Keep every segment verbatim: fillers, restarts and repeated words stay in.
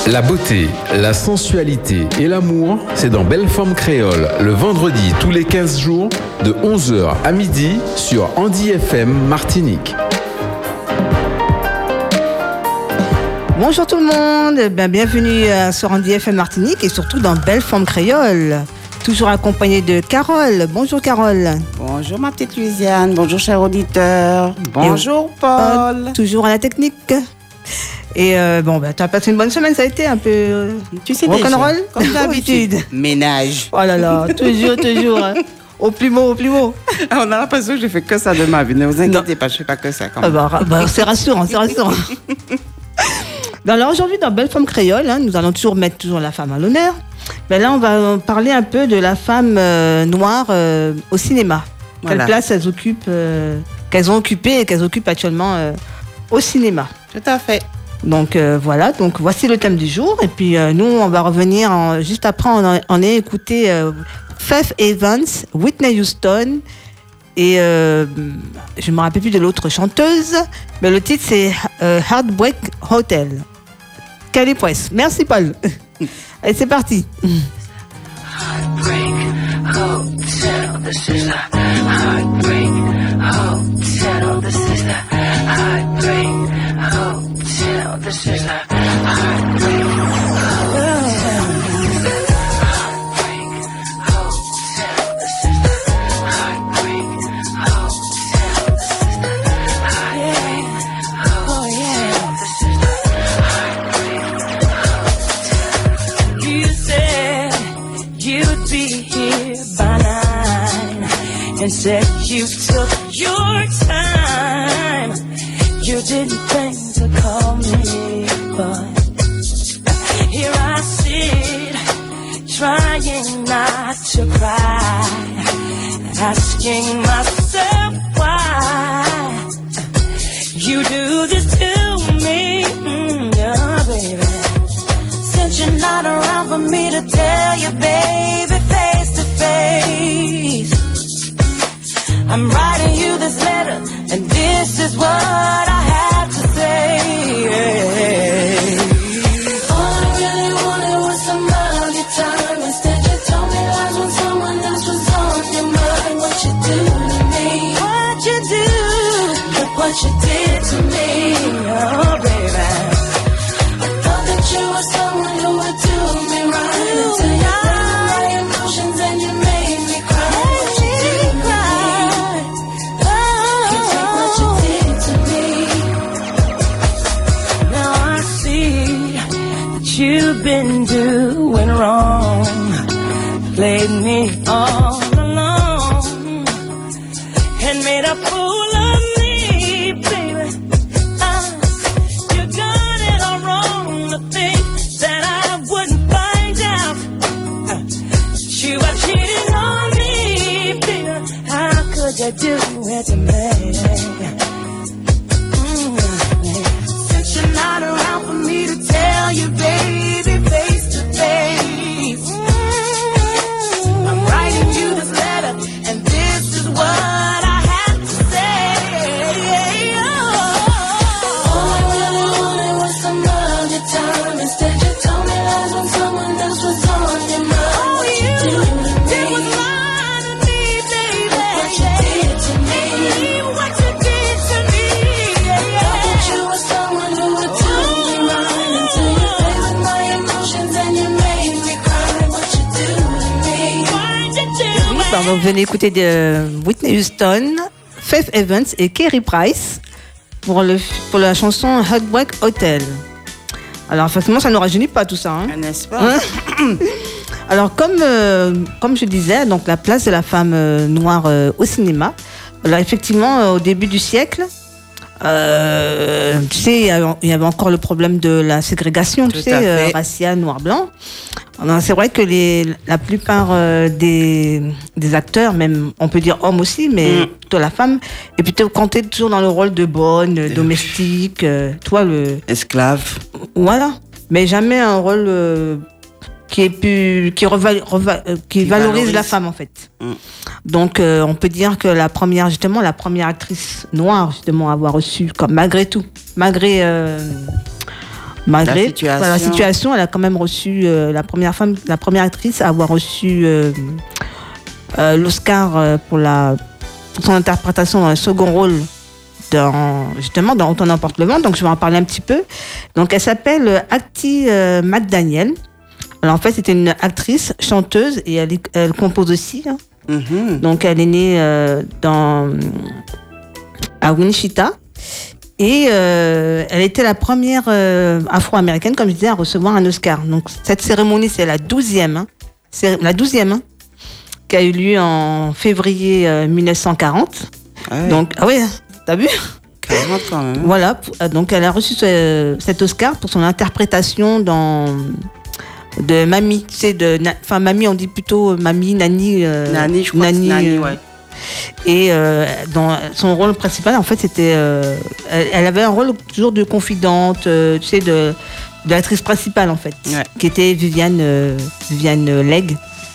La beauté, la sensualité et l'amour, c'est dans Belle Forme Créole, le vendredi tous les quinze jours, de onze heures à midi sur Andy F M Martinique. Bonjour tout le monde, bien, bienvenue sur Andy F M Martinique et surtout dans Belle Forme Créole. Toujours accompagné de Carole. Bonjour Carole. Bonjour ma petite Louisiane, bonjour chers auditeurs. Bonjour et, Paul. Euh, toujours à la technique. Et euh, bon, bah, tu as passé une bonne semaine, ça a été un peu euh, tu sais rock'n'roll comme d'habitude. Ménage. Oh là là, toujours, toujours. Hein. Au plus beau, au plus beau. On a l'impression que je fais que ça de ma vie. Ne vous inquiétez non. pas, je ne fais pas que ça quand même. Ah bah, bah, c'est rassurant, c'est rassurant. Alors aujourd'hui, dans Belle Forme Créole, hein, nous allons toujours mettre toujours la femme à l'honneur. Mais là, on va parler un peu de la femme euh, noire euh, au cinéma. Voilà. Quelle place elles occupent, euh, qu'elles ont occupée et qu'elles occupent actuellement euh, au cinéma. Tout à fait. Donc euh, voilà, donc voici le thème du jour. Et puis euh, nous, on va revenir en, juste après, on a, on a écouté euh, Faith Evans, Whitney Houston et euh, je ne me rappelle plus de l'autre chanteuse, mais le titre c'est euh, Heartbreak Hotel. Kelly Price. Merci Paul. Allez, c'est parti. Heartbreak Hotel, this is the Heartbreak Hotel, this is the Heartbreak Hotel, this is the Heartbreak Hotel. And said you took your time. You didn't think to call me, but here I sit, trying not to cry, asking myself why you do this to me, mm, yeah, baby. Since you're not around for me to tell you, baby, face to face, I'm writing you this letter, and this is what I have to say. All I really wanted was some of your time. Instead you told me lies when someone else was on your mind. What you do to me? What you do? Look what you did to me, oh baby. I thought that you were someone who would do me right until you played my emotions and you made me cry. What you did cry. You've been doing wrong, played me all along, and made a fool of me, baby. Uh, you done it all wrong to think that I wouldn't find out. Uh, you were cheating on me, baby. How could you do it to me? Mm, since you're not around for me to tell you, baby, face to face, mm, I'm writing you this letter, and this is what I have to say. Oh, all I really wanted was some of your time. Instead you told me lies when someone else was on your mind. Oh, what you, you did was lying to me, baby. What you did to me, what you did to me. Yeah, yeah. Thought that you were someone who would do me right until you played with my emotions and you made me cry. What you do to me? Why'd you do me? Pardon, vous venez écouter de Whitney Houston, Faith Evans et Kelly Price pour, le, pour la chanson Heartbreak Hotel. Alors forcément, ça ne nous rajeunit pas tout ça. Hein. N'est-ce pas? Hein? Alors comme, euh, comme je disais, donc la place de la femme euh, noire euh, au cinéma. Alors effectivement, euh, au début du siècle, euh, tu sais, il y, avait, il y avait encore le problème de la ségrégation, Tout tu sais, euh, raciale, noir-blanc. Alors, c'est vrai que les, la plupart euh, des, des acteurs, même on peut dire hommes aussi, mais mm. plutôt la femme, est plutôt comptée toujours dans le rôle de bonne, euh, domestique, euh, toi le esclave. Voilà, mais jamais un rôle euh, qui est plus, qui, reval, reval, euh, qui, qui valorise, valorise la femme en fait. Mm. Donc euh, on peut dire que la première justement la première actrice noire justement à avoir reçu, comme malgré tout, malgré euh, Malgré La situation. voilà, la situation, elle a quand même reçu euh, la première femme, la première actrice à avoir reçu euh, euh, l'Oscar euh, pour la pour son interprétation dans le second rôle dans justement dans Autant n'emporte le vent. Donc je vais en parler un petit peu. Donc elle s'appelle euh, Hattie euh, McDaniel. Alors en fait c'était une actrice, chanteuse et elle, elle compose aussi. Hein. Mm-hmm. Donc elle est née euh, dans à Wichita. Et euh, elle était la première euh, afro-américaine, comme je disais, à recevoir un Oscar. Donc cette cérémonie, c'est la douzième, hein, c'est la douzième, hein, qui a eu lieu en février euh, mille neuf cent quarante. Ah ouais. Donc ah oui, t'as vu? quarante quand même. Voilà, donc elle a reçu ce, cet Oscar pour son interprétation dans de Mamie, tu sais, de, enfin Mamie, on dit plutôt Mamie, Nani, euh, Nani, je crois que c'est Nani, euh, ouais. Et euh, dans son rôle principal, en fait, c'était, euh, elle, elle avait un rôle toujours de confidente, euh, tu sais, de, de l'actrice principale, en fait, Ouais. qui était Viviane, euh, Viviane Legge,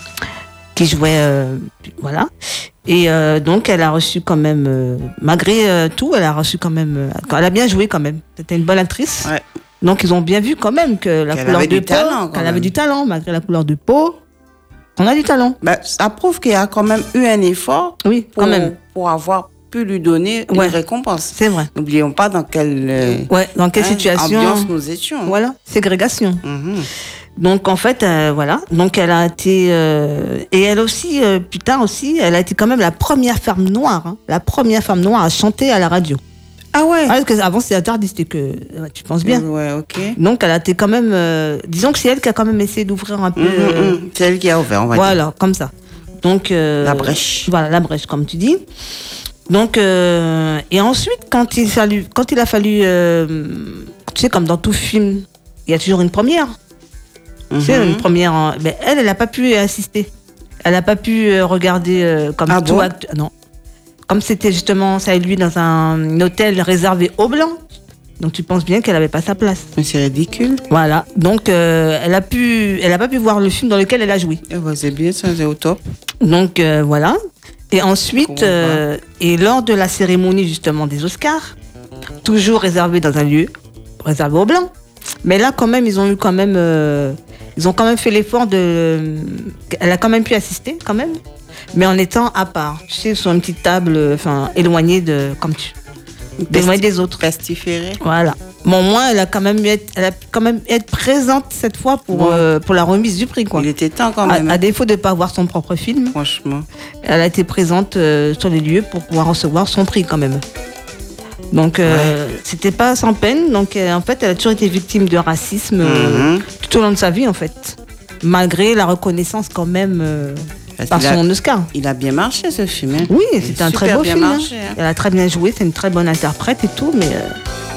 qui jouait, euh, voilà. Et euh, donc, elle a reçu quand même, euh, malgré euh, tout, elle a reçu quand même, euh, elle a bien joué quand même. C'était une bonne actrice. Ouais. Donc, ils ont bien vu quand même que la Qu'elle couleur avait de du peau, talent, quand qu'elle même. avait du talent, malgré la couleur de peau, on a du talent. Ben, ça prouve qu'il y a quand même eu un effort Oui, pour, quand même. pour avoir pu lui donner Ouais. une récompense. C'est vrai. N'oublions pas dans quelle, euh, Ouais, dans quelle hein, situation. ambiance nous étions. Voilà, ségrégation. Mhm. Donc en fait, euh, voilà. Donc elle a été euh, et elle aussi euh, plus tard aussi, elle a été quand même la première femme noire, hein, la première femme noire à chanter à la radio. Ah ouais. Ah, parce que avant c'était interdit, c'était que ouais, tu penses bien. Ouais, ok. Donc elle a été quand même, euh, disons que c'est elle qui a quand même essayé d'ouvrir un peu. Mhm, euh, mhm. C'est elle qui a ouvert, on va dire. voilà, comme ça. Donc euh, La brèche. Voilà, la brèche, comme tu dis. Donc euh, et ensuite, quand il fallu, quand il a fallu, euh, tu sais, comme dans tout film, il y a toujours une première. Tu sais, Mhm. une première. en- Mais elle, elle n'a pas pu assister. Elle n'a pas pu euh, regarder euh, comme Ah tout bon acte. Non. Comme c'était justement ça et lui dans un hôtel réservé aux blancs. Donc tu penses bien qu'elle n'avait pas sa place. Mais c'est ridicule. Voilà. Donc euh, elle a pu, elle n'a pas pu voir le film dans lequel elle a joué. Eh ben, c'est bien, ça, c'est au top. Donc euh, voilà. Et ensuite, Comment euh, et lors de la cérémonie justement des Oscars, toujours réservé dans un lieu réservé aux blancs. Mais là, quand même, ils ont eu quand même, euh, ils ont quand même fait l'effort de, elle a quand même pu assister quand même, mais en étant à part, tu sais, sur une petite table, enfin éloignée de, comme tu, éloignée des autres. Pestiféré. Voilà. Bon, au moins, elle a quand même eu être, elle a pu quand même être présente cette fois pour Ouais. euh, pour la remise du prix, quoi. Il était temps quand À, même. à défaut de ne pas voir son propre film, Franchement. elle a été présente euh, sur les lieux pour pouvoir recevoir son prix quand même. Donc euh, c'était pas sans peine. Donc euh, en fait, elle a toujours été victime de racisme euh, Mhm. tout au long de sa vie en fait, malgré la reconnaissance quand même euh, Parce par qu'il a- son Oscar. Il a bien marché, ce film. hein. Oui, Il a c'était un super très beau bien film. hein. marché, hein. Elle a très bien joué, c'est une très bonne interprète et tout, mais euh,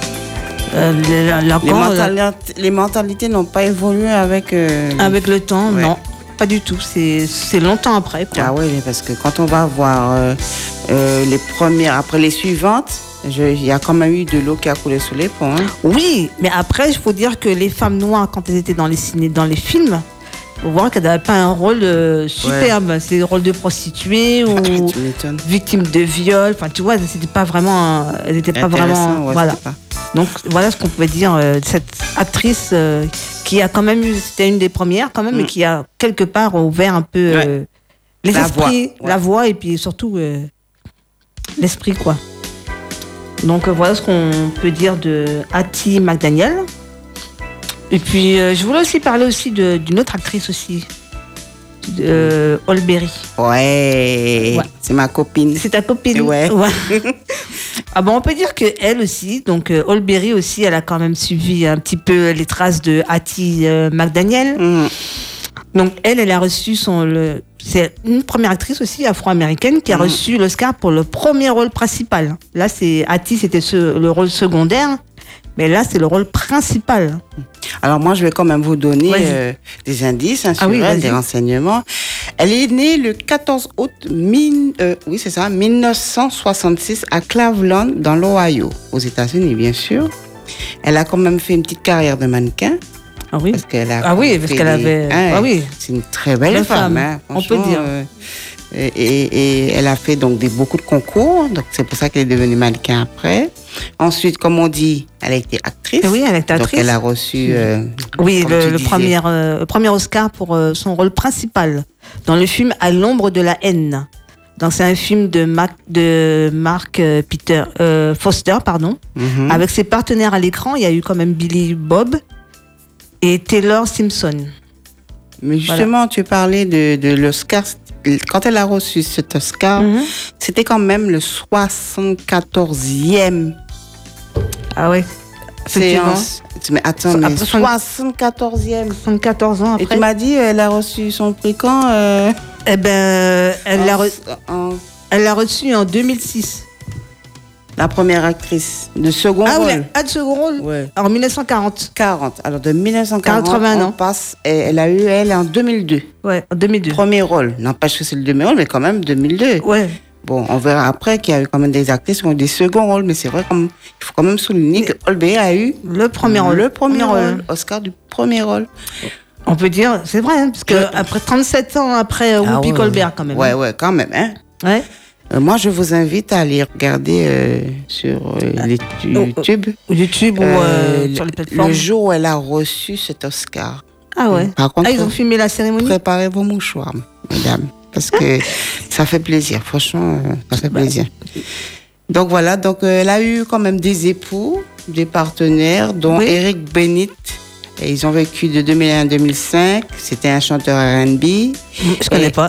euh, le- la- la- Les, quand- la- mentali- les mentalités n'ont pas évolué avec. euh, avec le temps, Ouais. non, pas du tout. C'est c'est longtemps après, quoi. Ah oui, parce que quand on va voir euh, euh, les premières, après les suivantes, je- il y a quand même eu de l'eau qui a coulé sous les ponts. hein. Oui, mais après, il faut dire que les femmes noires, quand elles étaient dans les ciné, dans les films, faut voir qu'elles n'avaient pas un rôle euh, superbe. C'est le rôle de prostituée ou Tu m'étonnes. victime de viol. Enfin, tu vois, c'était pas vraiment, un- elles n'étaient pas Intéressant, vraiment. ouais, Voilà. c'était pas- Donc voilà ce qu'on pouvait dire euh, de cette actrice euh, qui a quand même eu, c'était une des premières quand même, Mm. mais qui a quelque part ouvert un peu euh, les La esprits, voix, ouais. la voix et puis surtout euh, l'esprit, quoi. Donc euh, voilà ce qu'on peut dire de Hattie McDaniel. Et puis euh, je voulais aussi parler aussi de- d'une autre actrice aussi, de euh, Holberry. Ouais, Ouais. c'est ma copine. C'est ta copine. Ouais. Ah bon, on peut dire que elle aussi, donc euh, Holberry aussi, elle a quand même suivi un petit peu les traces de Hattie euh, McDaniel. Mhm. Donc elle, elle a reçu son, le, c'est une première actrice aussi afro-américaine qui a Mhm. reçu l'Oscar pour le premier rôle principal. Là, c'est Hattie, c'était ce- le rôle secondaire, mais là, c'est le rôle principal. Alors moi, je vais quand même vous donner Vas-y. euh, des indices hein, Ah sur oui, elle, vas-y. des renseignements. Elle est née le quatorze août mille, euh, oui, c'est ça, mille neuf cent soixante-six à Cleveland, dans l'Ohio, aux États-Unis, bien sûr. Elle a quand même fait une petite carrière de mannequin. Ah oui. Parce qu'elle a Ah oui, parce fait qu'elle des- avait- hein, ah oui. c'est une très belle Belle femme. femme, hein, on peut franchement, dire. euh, Et, et, et elle a fait donc des, beaucoup de concours, donc c'est pour ça qu'elle est devenue mannequin après. Ensuite, comme on dit, elle a été actrice. Oui, elle a été actrice. Donc elle a reçu. Euh, oui, comme le, tu le, disais. premier, euh, le premier Oscar pour euh, son rôle principal dans le film À l'ombre de la haine. Donc c'est un film de Mark, de Mark euh, Peter euh, Foster, pardon. Mhm. Avec ses partenaires à l'écran, il y a eu quand même Billy Bob et Taylor Simpson. Mais justement, tu parlais de, de l'Oscar. Quand elle a reçu cet Oscar, Mhm. c'était quand même le soixante-quatorzième Ah ouais. Effectivement. séance. Mais attends, So- mais après son- soixante-quatorzième. soixante-quatorze ans Et après. tu m'as dit, elle a reçu son prix quand euh, Eh ben, elle l'a en- re- en- elle l'a reçu en deux mille six. La première actrice de second Ah oui, rôle. la de second rôle. Ouais. En mille neuf cent quarante. quarante. Alors de mille neuf cent quarante, quatre-vingts on ans. passe. et Elle a eu, elle, en deux mille deux. Ouais, en deux mille deux. Premier rôle. N'empêche que c'est le demi rôle, mais quand même deux mille deux. Ouais. Bon, on verra après qu'il y a eu quand même des actrices qui ont eu des seconds rôles, mais c'est vrai qu'il faut quand même souligner que Olbey a eu Le premier rôle. le premier Premier rôle, Oscar du premier rôle. On peut dire, c'est vrai, hein, parce que après trente-sept ans après euh, Ah Whoopi ouais, Goldberg quand même. Ouais, hein. ouais, quand même. Hein. Ouais. Euh, moi, je vous invite à aller regarder euh, sur euh, les tu- Oh, oh. YouTube Ou YouTube ou euh, euh, le- sur les plateformes. le jour où elle a reçu cet Oscar. Ah ouais. Par contre, Ah, ils ont filmé la cérémonie. préparez vos mouchoirs, mesdames, parce que ça fait plaisir. Franchement, euh, ça fait plaisir. Donc voilà, donc euh, elle a eu quand même des époux, des partenaires, dont Oui. Eric Bennett. Et ils ont vécu de deux mille un à deux mille cinq. C'était un chanteur R and B. Je connais Et- pas.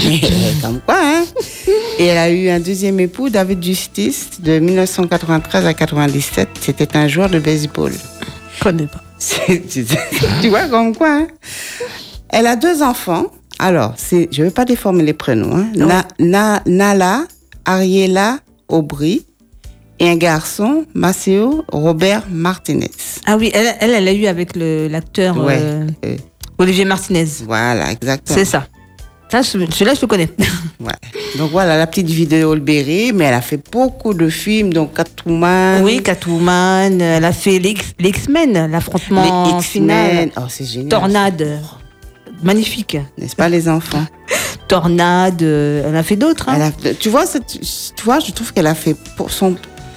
Comme quoi, hein? Et elle a eu un deuxième époux, David Justice, de mille neuf cent quatre-vingt-treize à quatre-vingt-dix-sept. C'était un joueur de baseball. Je connais pas. C'est- tu, tu vois comme quoi, hein? Elle a deux enfants. Alors, c'est, je ne vais pas déformer les prénoms. Hein. Non. Na, Na- Nala, Ariela, Aubry. Et un garçon, Maceo Robert Martinez. Ah oui, elle, elle, elle a eu avec le- l'acteur Ouais. euh, Euh, Olivier Martinez. voilà, exactement. C'est ça. Ça, ce- celui-là, je le connais. Ouais. Donc voilà, la petite vie de Olberry, mais elle a fait beaucoup de films, donc Catwoman. Oui, Catwoman. Elle a fait les X- les X-Men, l'affrontement les final. X-Men. Oh, c'est génial. Tornade. Magnifique. N'est-ce pas, les enfants? Tornade. euh, Elle a fait d'autres. Hein. Elle a- tu vois, c'est- tu vois, je trouve qu'elle a fait pour son.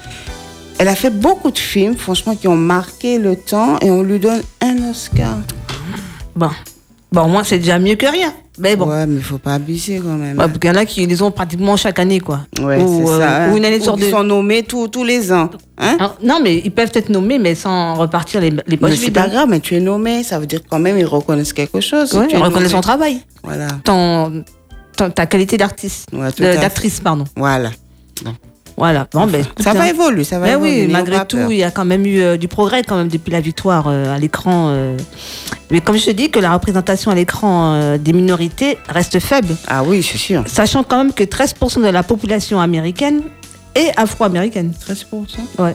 Elle a fait beaucoup de films, franchement, qui ont marqué le temps et on lui donne un Oscar. Bon. Bon, au moins, c'est déjà mieux que rien. Mais bon. Ouais, mais il faut pas abuser quand même. Ouais, parce qu'il y en a qui les ont pratiquement chaque année, quoi. Ouais, ou, c'est euh, ça. hein. ou une année Ou sur qui deux. sont nommés tous, tous les ans. Hein? Alors, non, mais ils peuvent être nommés, mais sans repartir les, les mais poches c'est vides. pas hein. grave, mais tu es nommé, ça veut dire quand même ils reconnaissent quelque chose. Ouais, Tu es on reconnaît nommé. son travail. Voilà. Ton, ton- ta qualité d'artiste. Ouais, tout De- à fait. D'actrice, pardon. Voilà. Voilà. Bon, ben, écoute, Ça va hein. évoluer, ça va Mais évoluer. oui, n'ayons malgré pas tout, peur. il y a quand même eu euh, du progrès quand même depuis la victoire euh, à l'écran. euh. Mais comme je te dis que la représentation à l'écran euh, des minorités reste faible, Ah oui, c'est sûr. sachant quand même que treize pour cent de la population américaine est afro-américaine. treize pour cent. Ouais.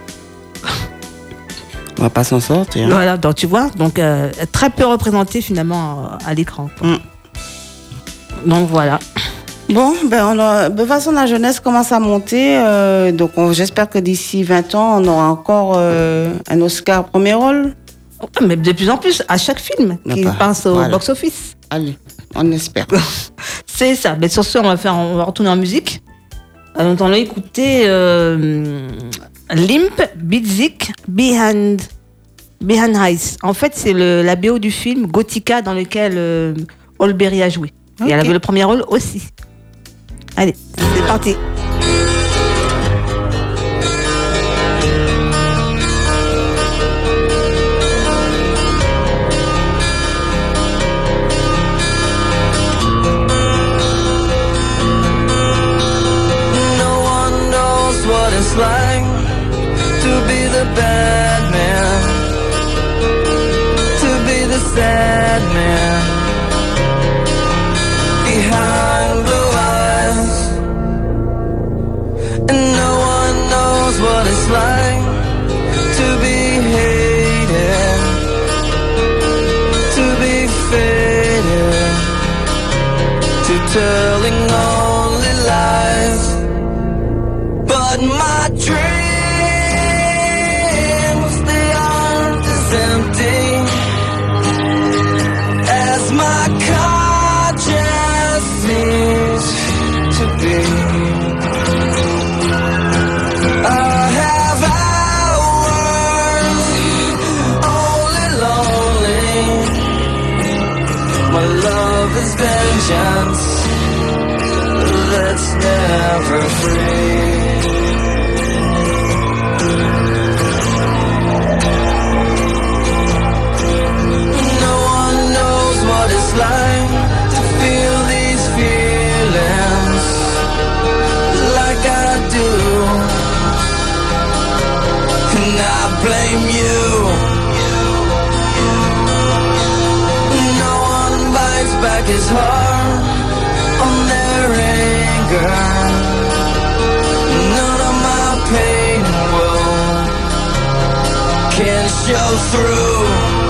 On va pas s'en sortir. Voilà, donc tu vois, donc euh, très peu représenté finalement euh, à l'écran. quoi. Mm. Donc voilà. Bon, ben on a, de toute façon, la jeunesse commence à monter. euh, donc, on- j'espère que d'ici vingt ans, on aura encore euh, un Oscar premier rôle. Ouais, mais de plus en plus, à chaque film Mais qui pas- passe au voilà. box-office. Allez, on espère. C'est ça. Mais sur ce, on va, faire, on va retourner en musique. Euh, Donc, on va écouter euh, Limp Bizkit Behind, Behind Eyes. En fait, c'est le- la B O du film Gothica dans lequel euh, Olberry a joué. Et elle Ok. avait le premier rôle aussi. Allez, c'est parti. No one knows what it's like to be the bad man, to be the sad man behind blue eyes. And no one knows what it's like to be hated, to be faded, to telling only lies. But my dreams, they aren't as empty as my conscience seems is vengeance that's never free. No one knows what it's like to feel these feelings like I do, and I blame you. No one bites back his heart on their anger. None of my pain will can show through,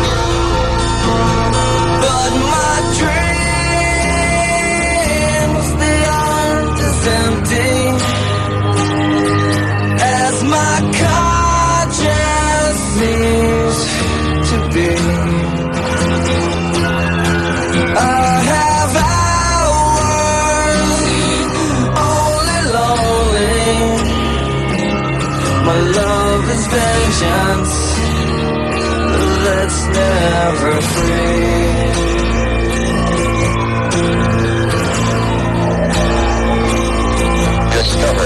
but my dreams, they aren't as empty as my conscience seems to be. I have hours only lonely. My love is vengeance that's never free. Discover.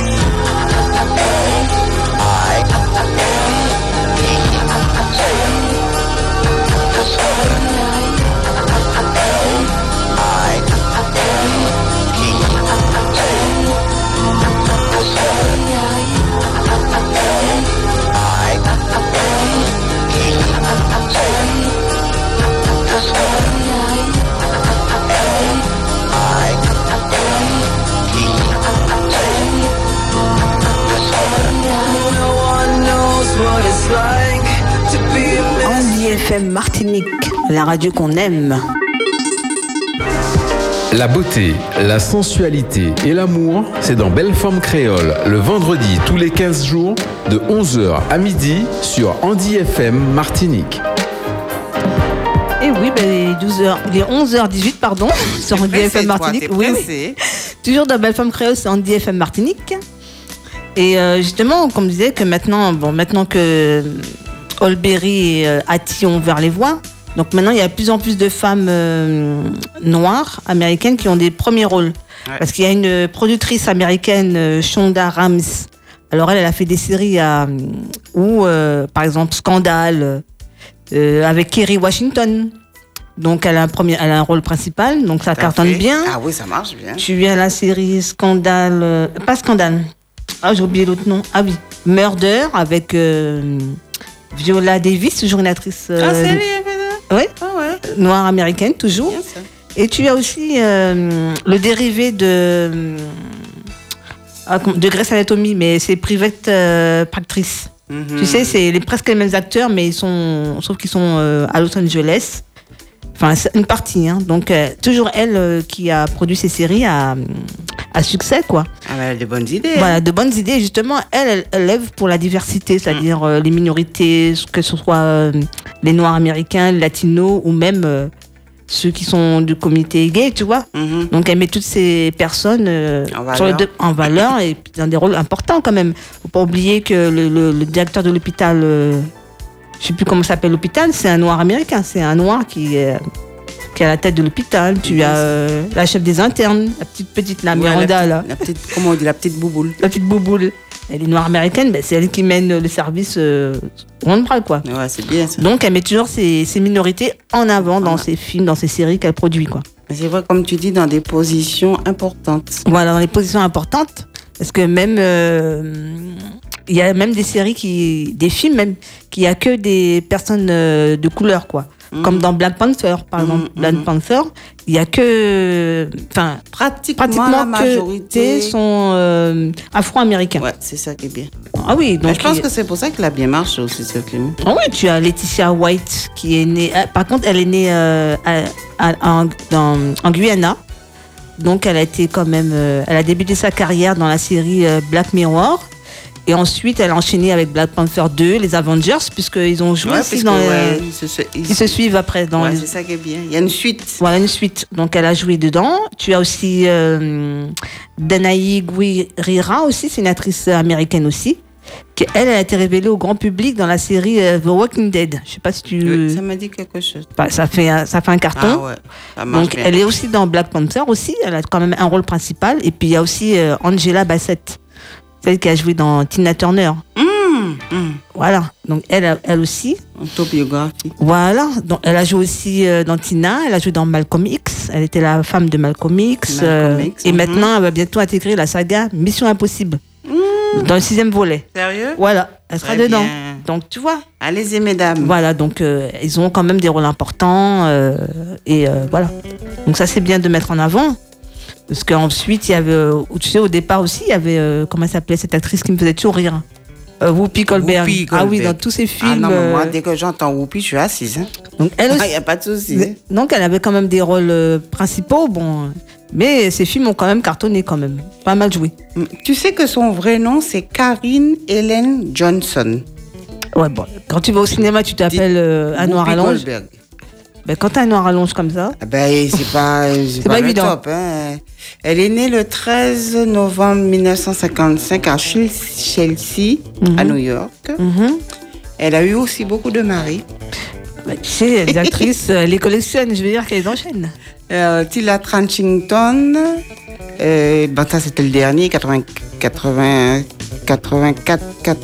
Andy F M Martinique, la radio qu'on aime. La beauté, la sensualité et l'amour, c'est dans Belle Forme Créole, le vendredi tous les quinze jours, de onze heures à midi sur Andy F M Martinique. Et oui, ben, les, douze heures, les onze heures dix-huit, pardon, sur Andy F M Martinique. Toi, oui, oui. Toujours dans Belle Forme Créole, c'est Andy F M Martinique. Et euh, justement, comme je disais, que maintenant, bon, maintenant que Olberry et euh, Hattie ont ouvert les voies, donc maintenant il y a de plus en plus de femmes euh, noires américaines qui ont des premiers rôles. Ouais. Parce qu'il y a une productrice américaine, euh, Shonda Rhimes. Alors elle, elle a fait des séries à, où, euh, par exemple, Scandale, euh, avec Kerry Washington. Donc elle a un premier, elle a un rôle principal, donc ça cartonne bien. Ah oui, ça marche bien. Tu viens à la série Scandale, euh, pas Scandale. Ah, j'ai oublié l'autre nom. Ah oui, Murder avec euh, Viola Davis, toujours une actrice. Euh, ah, c'est elle, oui, ah, ouais. Noire américaine, toujours. Et tu as aussi euh, le dérivé de, euh, de Grey's Anatomy, mais c'est Private euh, Practice. Mm-hmm. Tu sais, c'est les, presque les mêmes acteurs, mais ils sont, sauf qu'ils sont euh, à Los Angeles. Enfin, c'est une partie. Hein. Donc, euh, toujours elle euh, qui a produit ces séries à, à succès, quoi. Ah, elle a de bonnes idées. Voilà, de bonnes idées. Justement, elle, elle, elle lève pour la diversité, c'est-à-dire euh, les minorités, que ce soit euh, les Noirs américains, les Latinos, ou même euh, ceux qui sont du comité gay, tu vois. Mm-hmm. Donc, elle met toutes ces personnes euh, en, sur valeur. Le, en valeur et dans des rôles importants, quand même. Faut pas oublier que le, le, le directeur de l'hôpital... Euh, je ne sais plus comment s'appelle l'hôpital, c'est un noir américain, c'est un noir qui est, qui est à la tête de l'hôpital. Tu as euh, la chef des internes, la petite petite, la Miranda, ouais, la petite, là. La petite, comment on dit, la petite bouboule. La petite bouboule. Elle est noire américaine, ben, c'est elle qui mène le service euh, grand bras, quoi. Ouais, c'est bien ça. Donc elle met toujours ses, ses minorités en avant dans ah. ses films, dans ses séries qu'elle produit, quoi. Mais c'est vrai, comme tu dis, dans des positions importantes. Voilà, dans des positions importantes, parce que même... Euh, il y a même des séries, qui, des films même, qui a que des personnes euh, de couleur, quoi. Mmh. Comme dans Black Panther, par mmh, exemple. Mmh. Black Panther, il y a que... Enfin, pratiquement, pratiquement la majorité sont euh, afro-américains. Ouais, c'est ça qui est bien. Ah oui, donc... Mais je pense il... que c'est pour ça qu'elle a bien marché aussi, cette film. Ah oui, tu as Laetitia White, qui est née... Euh, par contre, elle est née euh, à, à, en, dans, en Guyana. Donc, elle a été quand même... Euh, elle a débuté sa carrière dans la série euh, Black Mirror. Et ensuite, elle a enchaîné avec Black Panther deux, les Avengers, puisqu'ils ont joué ouais, aussi dans ouais, les... ils, se, ils, ils se suivent après. Dans ouais, les... c'est ça qui est bien. Il y a une suite. Voilà, une suite. Donc, elle a joué dedans. Tu as aussi euh, Danaï Guerrera aussi, c'est une actrice américaine aussi. qu'elle, elle a été révélée au grand public dans la série euh, The Walking Dead. Je sais pas si tu... Oui, ça m'a dit quelque chose. Bah, ça fait un, ça fait un carton. Ah ouais, ça marche Donc bien. elle est aussi dans Black Panther aussi. Elle a quand même un rôle principal. Et puis il y a aussi euh, Angela Bassett, celle qui a joué dans Tina Turner. Hum, hum. Voilà. Donc elle, elle aussi. Autobiographie. Voilà. Donc elle a joué aussi euh, dans Tina. Elle a joué dans Malcolm X. Elle était la femme de Malcolm X. Malcolm euh, X, et mhm. maintenant elle va bientôt intégrer la saga Mission Impossible dans le sixième volet. Sérieux? Voilà. Elle sera Très dedans. bien. Donc tu vois. Allez-y, mesdames. Voilà, donc euh, ils ont quand même des rôles importants euh, et euh, voilà. Donc ça c'est bien de mettre en avant parce qu'ensuite il y avait, euh, tu sais, au départ aussi il y avait euh, comment elle s'appelait cette actrice qui me faisait toujours rire, euh, Whoopi Goldberg. Whoopi Ah oui, Goldberg. dans tous ces films. Ah non, mais moi, euh, dès que j'entends Whoopi, je suis assise. Hein. donc elle Il aussi. n'y a pas de souci. hein. Donc elle avait quand même des rôles euh, principaux, bon, mais ces films ont quand même cartonné quand même, pas mal joué. Tu sais que son vrai nom, c'est Karine Helen Johnson. Ouais, bon, quand tu vas au cinéma, tu t'appelles euh, un noir à Whoopi longe. Goldberg. Ben, quand t'as un noir à longe comme ça, Ah ben, c'est pas, c'est pas pas, le évident. top. Hein. Elle est née le treize novembre mille neuf cent cinquante-cinq à Chel- Chelsea, à New York. mhm. Elle a eu aussi beaucoup de maris. Ben, tu sais, les actrices, euh, les collectionnent, je veux dire qu'elles enchaînent. Euh, Tilla Tranchington, euh, ben, ça c'était le dernier, quatre-vingts, quatre-vingts, quatre-vingt-quatre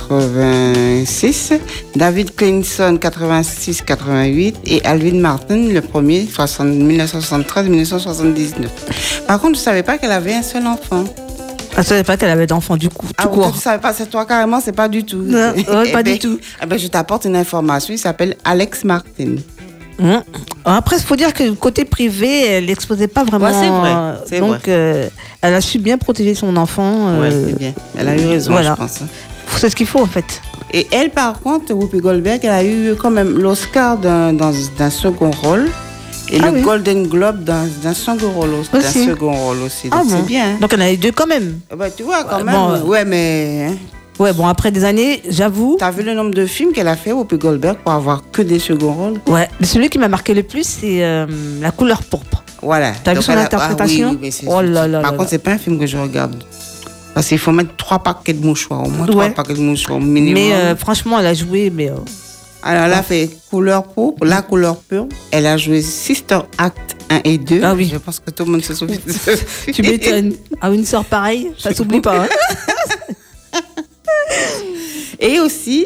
quatre-vingt-six. David Clinson, quatre-vingt-six quatre-vingt-huit. Et Alvin Martin, le premier, soixante mille neuf cent soixante-treize mille neuf cent soixante-dix-neuf. Par contre, je ne savais pas qu'elle avait un seul enfant. Ah, je savais pas qu'elle avait d'enfants du coup, tout Ah, court. tu ne savais pas, c'est toi carrément, c'est pas du tout. Non, ouais, Eh pas ben, du tout. eh ben, je t'apporte une information, il s'appelle Alex Martin. Hum. Après, il faut dire que côté privé, elle n'exposait pas vraiment. Ouais, c'est vrai, euh, c'est Donc, vrai. euh, elle a su bien protéger son enfant. euh, Ouais, c'est bien. Elle a eu raison, voilà. je pense. hein. C'est ce qu'il faut en fait. Et elle, par contre, Whoopi Goldberg, elle a eu quand même l'Oscar d'un, dans, d'un second rôle et Ah le oui. Golden Globe d'un, d'un second rôle aussi. D'un Aussi. second rôle aussi. Donc Ah c'est bon. bien. hein. Donc, elle en a eu deux quand même. Eh ben, tu vois, quand Ouais, même. bon, euh, ouais, mais hein, Ouais, bon, après des années, j'avoue. t'as vu le nombre de films qu'elle a fait, Whoopi Goldberg, pour avoir que des seconds rôles? Ouais, mais celui qui m'a marqué le plus, c'est euh, La couleur pourpre. Voilà. T'as vu Donc, son elle a- interprétation ah, oui, oui, mais c'est- Oh là là Par là contre, là. c'est pas un film que je regarde. Parce qu'il faut mettre trois paquets de mouchoirs, au moins Ouais. trois paquets de mouchoirs minimum. Mais euh, franchement, elle a joué, mais. euh, Alors, elle a fait Couleur pourpre, La couleur pure. Elle a joué Sister Act un et deux. Ah oui. Je pense que tout le monde se souvient de ce film. tu m'étonnes. À une sœur pareille, ça s'oublie pas. Hein. Et aussi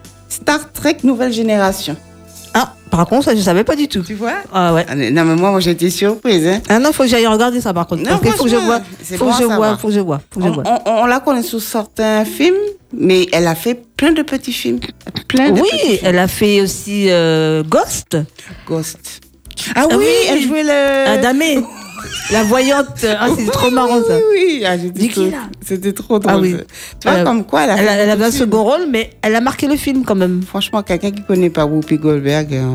Star Trek Nouvelle Génération. Ah, par contre, ça, je savais pas du tout. Tu vois? Ah ouais. Ah, Non, mais moi, moi j'ai été surprise. Hein. Ah non, faut que j'aille regarder ça par contre. Non, Parce qu'il faut que je franchement, vois. c'est Faut bon que à je savoir. vois, faut que je vois, faut que je On, vois. on- on la connaît sous certains films, mais elle a fait plein de petits films. Plein de petits Oui, films. elle a fait aussi euh, Ghost. Ghost. Ah, Ah oui, oui. elle jouait le. Adamé. La voyante. Ah, c'est Oui, trop marrant oui, ça. Oui, oui, ah, j'étais Dis qui, trop- là C'était trop drôle. Ah oui. Tu vois, Euh, comme quoi, elle a Elle, fait a- elle avait un beaucoup de films. second rôle, mais elle a marqué le film quand même. Franchement, quelqu'un qui connaît pas Whoopi Goldberg, euh,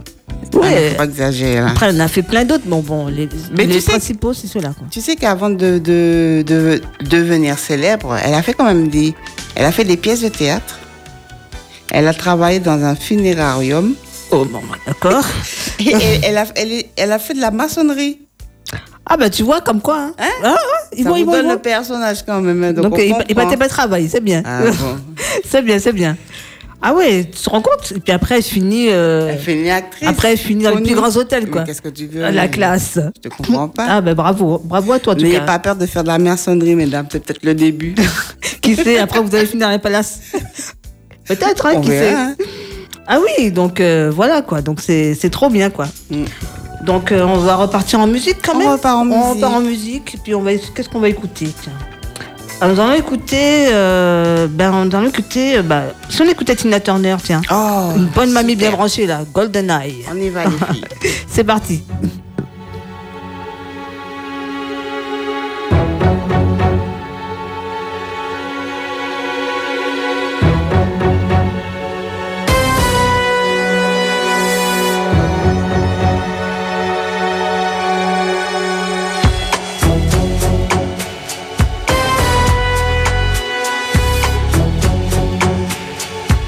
Ouais. ah, faut pas exagérer. Là. Après, elle en a fait plein d'autres, mais bon, les, Mais les tu sais- principaux, c'est ceux-là. Quoi. Tu sais qu'avant de, de, de devenir célèbre, elle a fait quand même des, elle a fait des pièces de théâtre. Elle a travaillé dans un funérarium. Oh, bon, bah, d'accord. Et elle, elle a, elle, est- elle a fait de la maçonnerie. Ah, bah, tu vois, comme quoi. Hein. Hein Ah, ah, ils Ça vont, vous ils vont, donne ils vont. le personnage quand même. hein, Donc, Donc, on il, il comprend. battait pas de travail, c'est bien. Ah, bon. c'est bien, c'est bien. Ah ouais, tu te rends compte? Et puis après, elle finit. euh, Elle fait une actrice. Après, elle finit dans les connue. plus grands hôtels, quoi. Mais qu'est-ce que tu veux? La classe. Je te comprends pas. Ah, ben bravo. Bravo à toi, en tout N'ayez cas. pas peur de faire de la maçonnerie, mesdames. C'est peut-être le début. Qui sait, après, vous allez finir dans les palaces. Peut-être, hein, On qui verra, sait. hein. Ah oui, donc euh, voilà, quoi. Donc, c'est c'est trop bien, quoi. Mm. Donc, euh, on va repartir en musique quand On même. repart en On musique. repart en musique. Et puis, on va. Qu'est-ce qu'on va écouter, tiens. Alors, nous allons écouter. Euh, ben, nous allons écouter. euh, bah, si on écoutait Tina Turner, tiens. Oh, Une bonne mamie bien super. branchée, là. Golden Eye. On y va, les filles. C'est parti.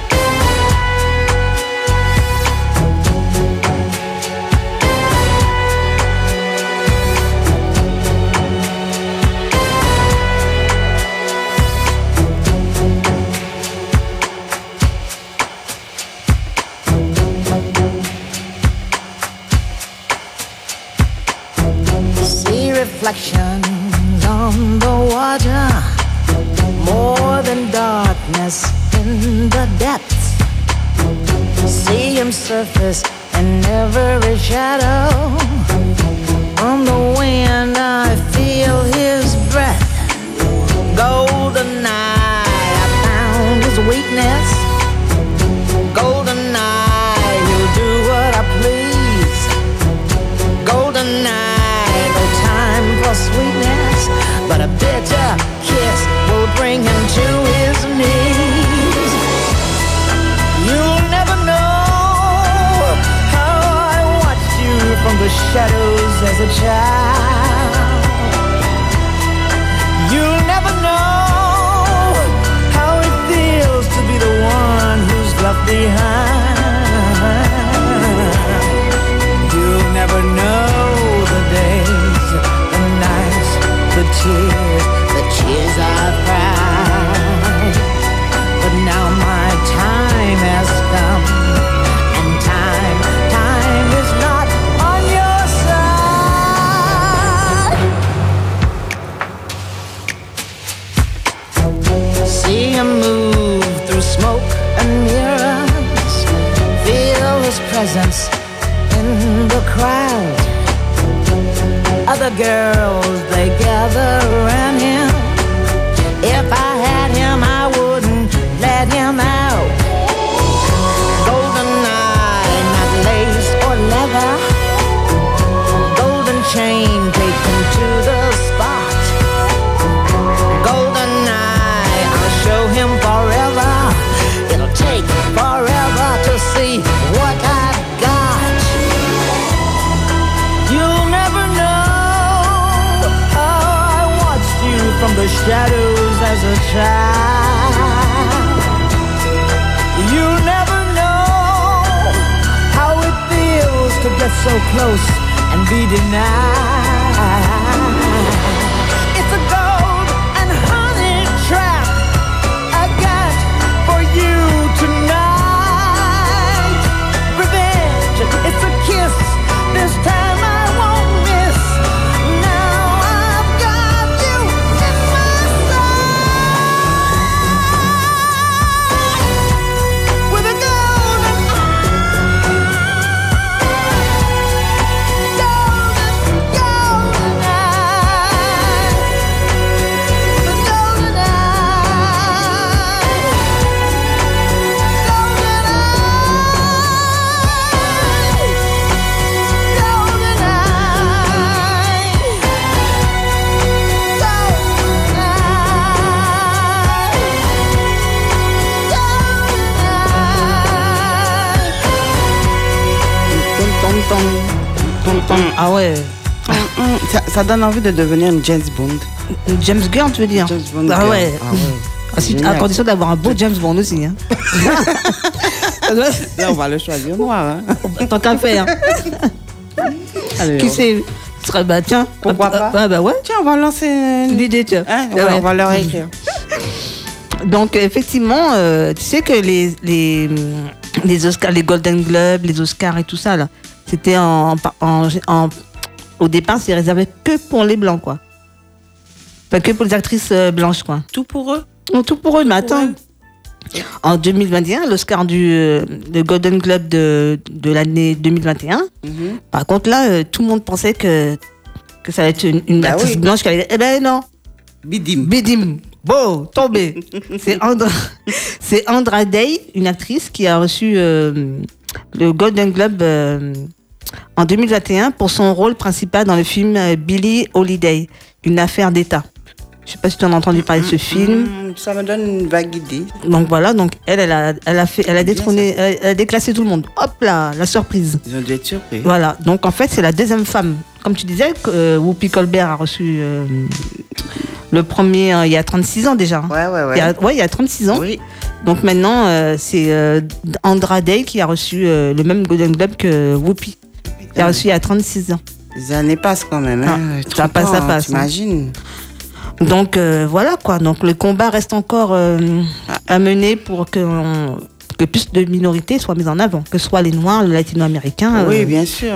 Thank reflections on the water, more than darkness in the depths. See him surface in every shadow. On the wind I feel his breath. Golden eye, I found his weakness. Golden eye, he'll do what I please. Golden eye, no time for sweetness, but a bitter kiss will bring him to his knees. You'll never know how I watched you from the shadows as a child. You'll never know how it feels to be the one who's left behind. You'll never know the days, the nights, the tears, the tears I've cried. But now my time has come, and time, time is not on your side. See him move through smoke and mirrors, feel his presence in the crowd. Other girls, they gather around him. If I had him, I wouldn't let him out. Golden eye, not lace or leather. Golden chain, take him to the spot. Golden eye, I'll show him forever. It'll take forever to see what I've got. You'll never know how I watched you from the shadows as a child. You'll never know how it feels to get so close and be denied. It's a gold and honey trap I got for you tonight. Revenge, it's a kiss. This time I won't miss. Now I've got you in my sight. With a golden eye. Golden, golden eye. The golden eye. Golden eye. Golden eye. Tom, tom, tom, tom. Ah ouais. Hum, hum. Ça, ça donne envie de devenir une James Bond. James Girl, tu veux dire? James Bond Ah girl. ouais. Ah ouais. Ah, si- Génial. à condition d'avoir un beau James Bond aussi. Hein. Là, on va le choisir noir. Hein. Tant qu'à faire. Allez, Qui on- sait? Ce serait, bah tiens. Pourquoi ah, pas? ah, bah ouais. Tiens, on va lancer une... L'idée, tiens. Hein, Ah ouais, ouais. on va leur écrire. Donc effectivement, euh, tu sais que les, les, les Oscars, les Golden Globes, les Oscars et tout ça, là, c'était en, en, en- au départ, c'est réservé que pour les blancs, quoi. Pas que pour les actrices euh, blanches, quoi. Tout pour eux. Non, tout pour eux, mais attends. En deux mille vingt et un, l'Oscar du euh, le Golden Globe de, de l'année deux mille vingt et un, Mhm. par contre là, euh, tout le monde pensait que, que ça allait être une, une Bah actrice oui. blanche qui allait... Eh ben non. Bidim. Bidim, beau, tombé. C'est Andra, c'est Andra Day, une actrice qui a reçu euh, le Golden Globe euh, en deux mille vingt et un pour son rôle principal dans le film euh, Billie Holiday, une affaire d'État. Je sais pas si tu en as entendu parler de ce film. Hum, ça me donne une vague idée. Donc voilà, donc elle, elle a, elle a fait, elle a Bien détrôné, elle, elle a déclassé tout le monde. Hop là, la surprise. Ils ont dû être surpris. Voilà. Donc en fait, c'est la deuxième femme. Comme tu disais, que, euh, Whoopi Goldberg a reçu euh, le premier euh, il y a trente-six ans déjà. Ouais, ouais, Il y ouais. a, ouais, il y a trente-six ans. Oui. Donc maintenant, euh, c'est euh, Andra Day qui a reçu euh, le même Golden Globe que Whoopi. Qui a reçu il y a trente-six ans. Les années passent quand même. Hein. Ah, ça passe, ça passe, hein. T'imagines? Donc euh, voilà quoi. Donc le combat reste encore euh, à mener pour que, on- que plus de minorités soient mises en avant, que ce soit les Noirs, les Latino-Américains. Oui, euh, bien sûr.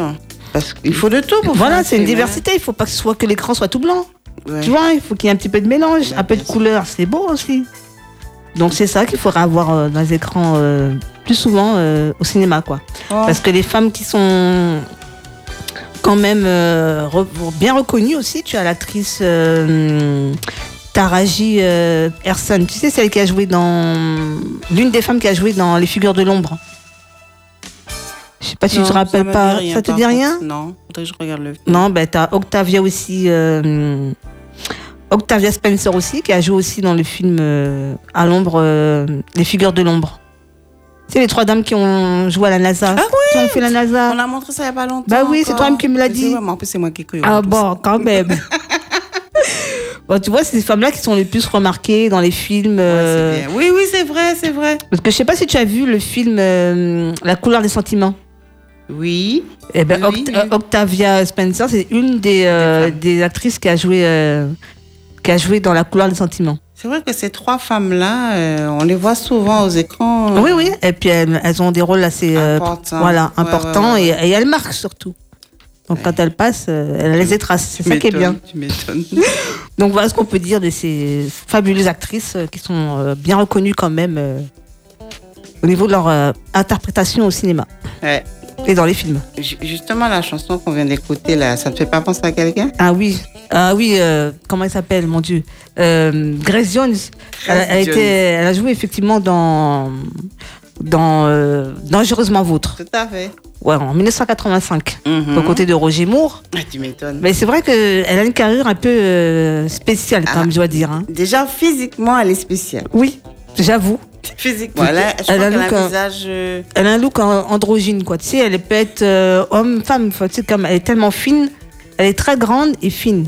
Parce qu'il faut de tout pour Voilà, faire un c'est une film, diversité. Il faut pas que ce soit que l'écran soit tout blanc. hein. Ouais. Tu vois, il faut qu'il y ait un petit peu de mélange, Ouais, un peu de bien sûr. couleur. C'est beau aussi. Donc c'est ça qu'il faudra avoir euh, dans les écrans euh, plus souvent euh, au cinéma, quoi. Oh. Parce que les femmes qui sont quand même euh, re- bien reconnues aussi, tu as l'actrice euh, Taraji euh, Henson, tu sais, celle qui a joué dans... L'une des femmes qui a joué dans Les Figures de l'ombre. Je sais pas si Non, tu te rappelles me pas. dit rien, Ça te par dit contre. rien? Non, faudrait que je regarde le film. Non, ben t'as Octavia aussi... euh, Octavia Spencer aussi, qui a joué aussi dans le film euh, à l'ombre, euh, Les Figures de l'ombre. C'est les trois dames qui ont joué à la NASA. Ah Qui ont fait la NASA. On a montré ça il y a pas longtemps. Bah oui, c'est encore. toi-même qui me l'as C'est dit. vrai, mais en plus, c'est moi qui ai cru. Ah en plus. bon, quand même. Bon, tu vois, c'est ces femmes-là qui sont les plus remarquées dans les films. Ouais, euh, c'est bien. Oui, oui, c'est vrai, c'est vrai. Parce que je sais pas si tu as vu le film euh, La couleur des sentiments. Oui. Eh ben, Oui, Oct- oui. euh, Octavia Spencer, c'est une des, euh, Des femmes. des actrices qui a joué, euh, qui a joué dans La couleur des sentiments. C'est vrai que ces trois femmes-là, euh, on les voit souvent aux écrans. euh, Oui, oui. Et puis elles, elles ont des rôles assez euh, Importants. voilà, Ouais, importants ouais, ouais, Et, et elles marquent surtout. Donc Ouais. quand elles passent, euh, elles laissent des traces. C'est Tu ça qui est bien. m'étonnes, Tu m'étonnes. Donc voilà ce qu'on peut dire de ces fabuleuses actrices euh, qui sont euh, bien reconnues quand même euh, au niveau de leur euh, interprétation au cinéma Ouais. et dans les films. Ju- Justement, la chanson qu'on vient d'écouter, là, ça te fait pas penser à quelqu'un? Ah oui, ah oui, euh, comment elle s'appelle, mon Dieu, euh, Grace Jones. Elle, a- elle a Jones. été, elle a joué effectivement dans dans euh, Dangereusement Vôtre. Tout à fait. Ouais, en mille neuf cent quatre-vingt-cinq, Mhm. aux côtés de Roger Moore. Ah, tu m'étonnes. Mais c'est vrai qu'elle a une carrure un peu euh, spéciale, Ah. comme je dois dire. Hein. Déjà, physiquement, elle est spéciale. Oui, j'avoue. Physiquement, elle a, je crois Elle a qu'elle a look, un hein. visage... euh, Elle a un look en- androgyne, quoi. Tu sais, elle peut être euh, homme, femme. Enfin, tu sais, comme elle est tellement fine, elle est très grande et fine.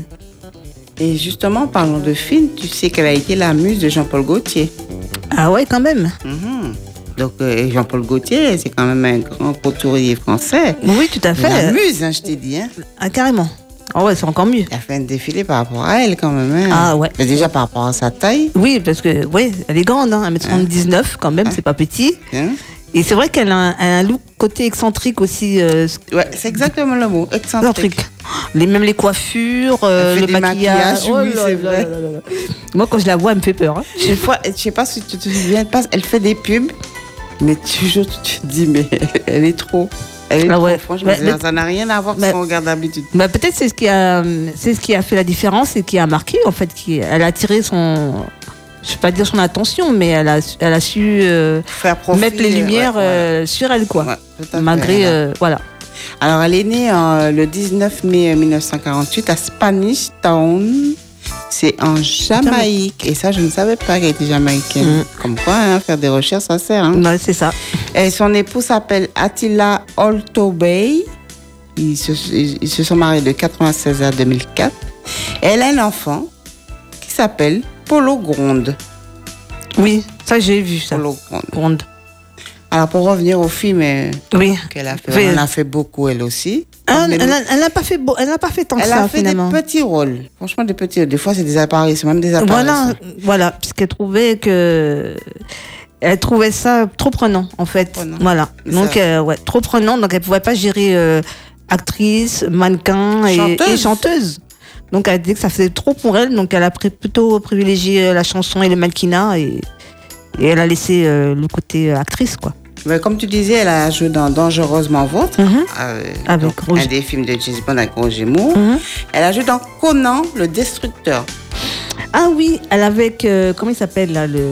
Et justement, parlons de film, tu sais qu'elle a été la muse de Jean-Paul Gaultier. Ah ouais, quand même. Mhm. Donc, euh, Jean-Paul Gaultier, c'est quand même un grand couturier français. Oui, tout à La fait. muse, hein, je t'ai dit. Hein. Ah, carrément. Ah ouais, c'est encore mieux. Elle a fait un défilé par rapport à elle, quand même. Hein. Ah ouais. Mais déjà, par rapport à sa taille. Oui, parce que, oui, elle est grande, hein, un mètre soixante-dix-neuf quand même, c'est pas petit. Hein. Et c'est vrai qu'elle a, un- elle a un look côté excentrique aussi. Euh, Ouais, c'est exactement le mot, excentrique. excentrique. Les, même les coiffures, euh, Elle fait le des maquillage. maquillages, oui, là c'est là vrai. là là là. Moi, quand je la vois, elle me fait peur. Hein. Une fois, je sais pas si tu te souviens, pas, elle fait des pubs, mais toujours tu te dis, mais elle est trop. Elle est Ah trop, ouais. franchement, Mais- ça- ça n'a rien à voir avec mais- ce qu'on regarde d'habitude. Bah, peut-être c'est ce qui a, c'est ce qui a fait la différence et qui a marqué en fait, qui, elle a attiré son, je vais pas dire son attention, mais elle a, elle a su euh, Faire profil, mettre les lumières ouais, ouais. euh, sur elle, quoi. Ouais, tout à fait. Malgré, euh, voilà. Alors, elle est née euh, le dix-neuf mai mille neuf cent quarante-huit à Spanish Town. C'est en Jamaïque. Et ça, je ne savais pas qu'elle était jamaïcaine. Mm. Comme quoi, hein, faire des recherches, ça sert. Hein. Ouais, c'est ça. Et son époux s'appelle Attila Oltobey. Ils se, ils ils se sont mariés de quatre-vingt-seize à deux mille quatre. Et elle a un enfant qui s'appelle Polo Gronde. Oui, ça j'ai vu ça. Polo Gronde. Ronde. Alors, pour revenir au film euh, Oui. qu'elle a fait, Oui. elle en a fait beaucoup, elle aussi. Ah, Mais elle n'a elle n'a pas fait beau, elle n'a pas fait tant que elle ça a fait finalement. des petits rôles. Franchement, des petits rôles. Des fois, c'est des apparitions, même des apparitions. Voilà, voilà, puisqu'elle trouvait que elle trouvait ça trop prenant en fait. Prenant. Voilà. Mais Donc ça- euh, ouais, trop prenant, donc elle pouvait pas gérer euh, actrice, mannequin et Chanteuse. et chanteuse. Donc elle a dit que ça faisait trop pour elle, donc elle a pris- plutôt privilégié euh, la chanson et le mannequinat et, et elle a laissé euh, le côté euh, actrice quoi. Mais comme tu disais, elle a joué dans Dangereusement Vôtre, Mhm. euh, Avec donc, Roger. un des films de James Bond avec Roger Moore. Mhm. Elle a joué dans Conan, le Destructeur. Ah oui, elle avec euh, comment il s'appelle là le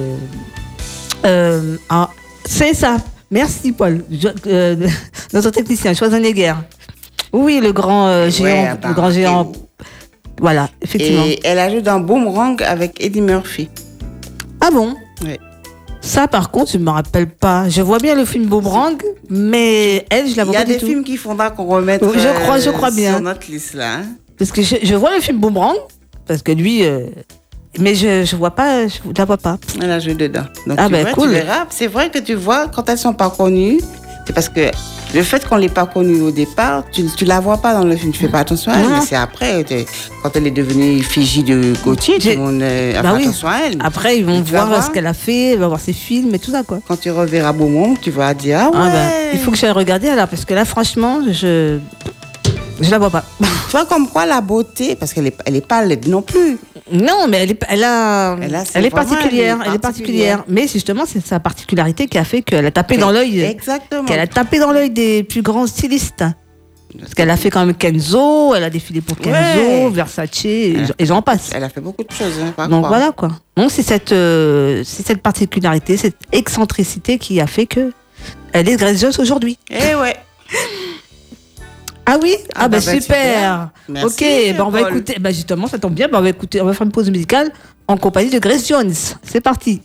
euh, ah, c'est ça. Merci Paul, Je- euh, notre technicien Schwarzenegger. Oui, le grand euh, géant, Ouais, bah, le grand géant. Voilà, effectivement. Et elle a joué dans Boomerang avec Eddie Murphy. Ah bon? Oui. Ça, par contre, je me rappelle pas. Je vois bien le film Boomerang, mais elle, je la Il vois y a pas du des tout. films qu'il faudra qu'on remette Oui, je crois- je crois euh, bien. sur notre liste là. hein. Parce que je, je vois le film Boomerang, parce que lui, euh, mais je je vois pas, je la vois pas. Elle a joué dedans. Donc Ah tu, ben, vois, cool. tu verras. C'est vrai que tu vois, quand elles sont pas connues, c'est parce que le fait qu'on l'ait pas connue au départ, tu, tu la vois pas dans le film, tu fais pas attention à elle. Non. Mais c'est après, tu- quand elle est devenue Fiji de Gauthier, tout J'ai- le monde euh, a Bah fait oui. attention à elle. Après, ils vont Et tu vas voir, voir. ce qu'elle a fait, ils vont voir ses films et tout ça, quoi. Quand tu reverras Beaumont, tu vas dire ah ouais. Ah ben, il faut que j'aille regarder alors, parce que là, franchement, je. Je la vois pas. Tu vois, comme quoi la beauté, parce qu'elle est, elle est pas laide non plus. Non, mais elle est, elle a, Elle a- elle est c'est vraiment, particulière. elle est Elle est particulière. Mais justement, c'est sa particularité qui a fait qu'elle a tapé dans l'œil. Exactement. Qu'elle a tapé dans l'œil des plus grands stylistes. Parce qu'elle a fait quand même Kenzo, elle a défilé pour Kenzo, Ouais. Versace, et, et j'en passe. Elle a fait beaucoup de choses. Hein, pas Donc croire. voilà quoi. Donc c'est cette, euh, c'est cette particularité, cette excentricité qui a fait que elle est Grace Jones aujourd'hui. Eh ouais. Ah oui. Ah, Ah bah, bah, bah, super. super. Merci, Ok, bah, on va Paul. écouter. Bah justement, ça tombe bien. Bah, on va écouter. On va faire une pause musicale en compagnie de Grace Jones. C'est parti.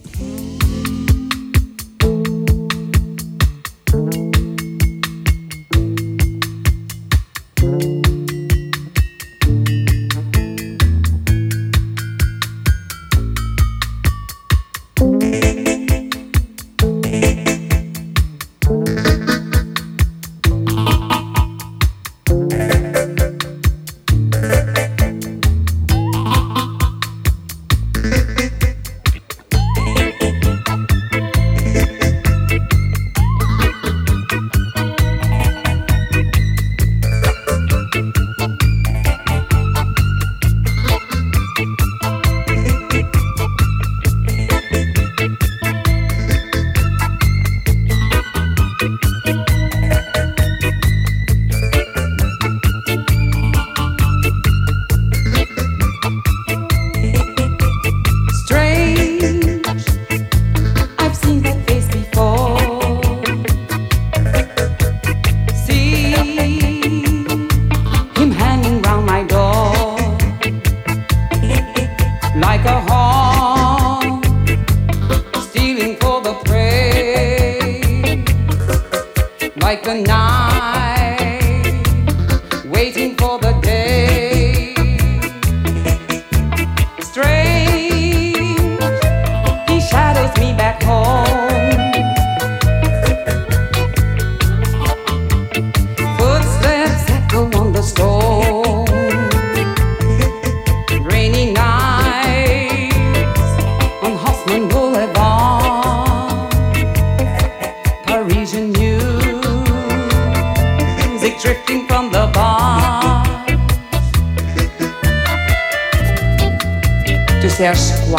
cherches quoi?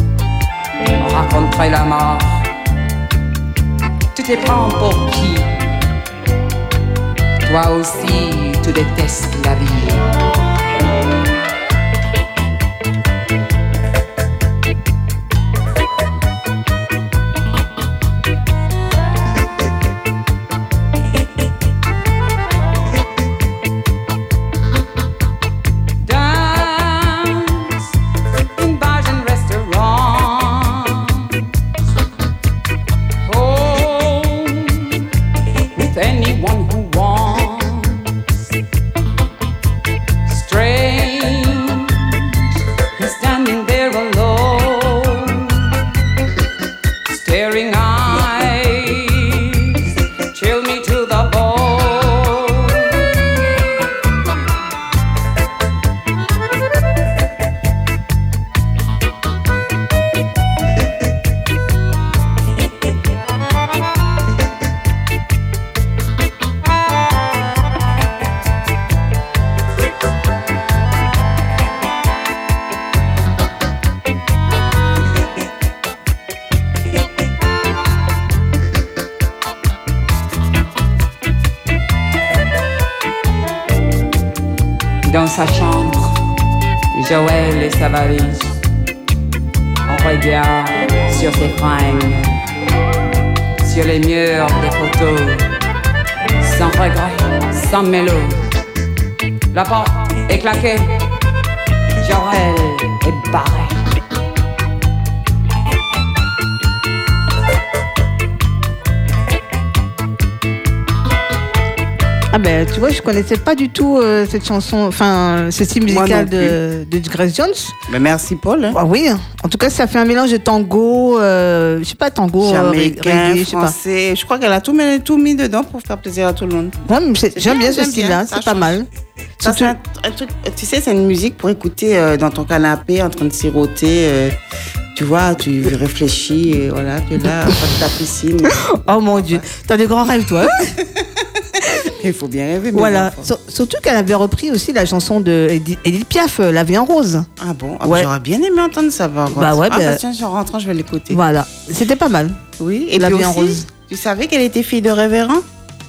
Raconterai la mort. Tu te prends pour qui? Toi aussi, tu détestes la vie. Dans sa chambre, Joël et sa valise. On regarde sur ses fringues, sur les murs des photos, sans regret, sans mélo. La porte est claquée, Joël est barré. Ah ben tu vois, je connaissais pas du tout euh, cette chanson, enfin ce style musical de, de Grace Jones. Ben merci Paul. Hein. Ah oui, en tout cas ça fait un mélange de tango, euh, je sais pas tango, Jamaïcain, euh, reggae, je sais pas. français. Je crois qu'elle a tout mis, tout mis dedans pour faire plaisir à tout le monde. Ouais, mais c'est- j'aime bien ce j'aime bien, style-là, ça c'est pas change. mal. Ça, c'est un, un truc, tu sais, c'est une musique pour écouter euh, dans ton canapé en train de siroter. euh, tu vois, tu réfléchis, et voilà, tu es là, en face de ta piscine. Oh mon Dieu, t'as des grands rêves toi. Hein. Il faut bien rêver, mes Voilà. enfants. Sur- surtout qu'elle avait repris aussi la chanson de Edith Edith Piaf, euh, La vie en rose. Ah bon ah, Ouais. J'aurais bien aimé entendre ça, par contre. Bah ouais, ah, bah- bah, tiens, en rentrant, je vais l'écouter. Voilà. C'était pas mal. Oui, et La puis vie en aussi, rose. tu savais qu'elle était fille de révérend?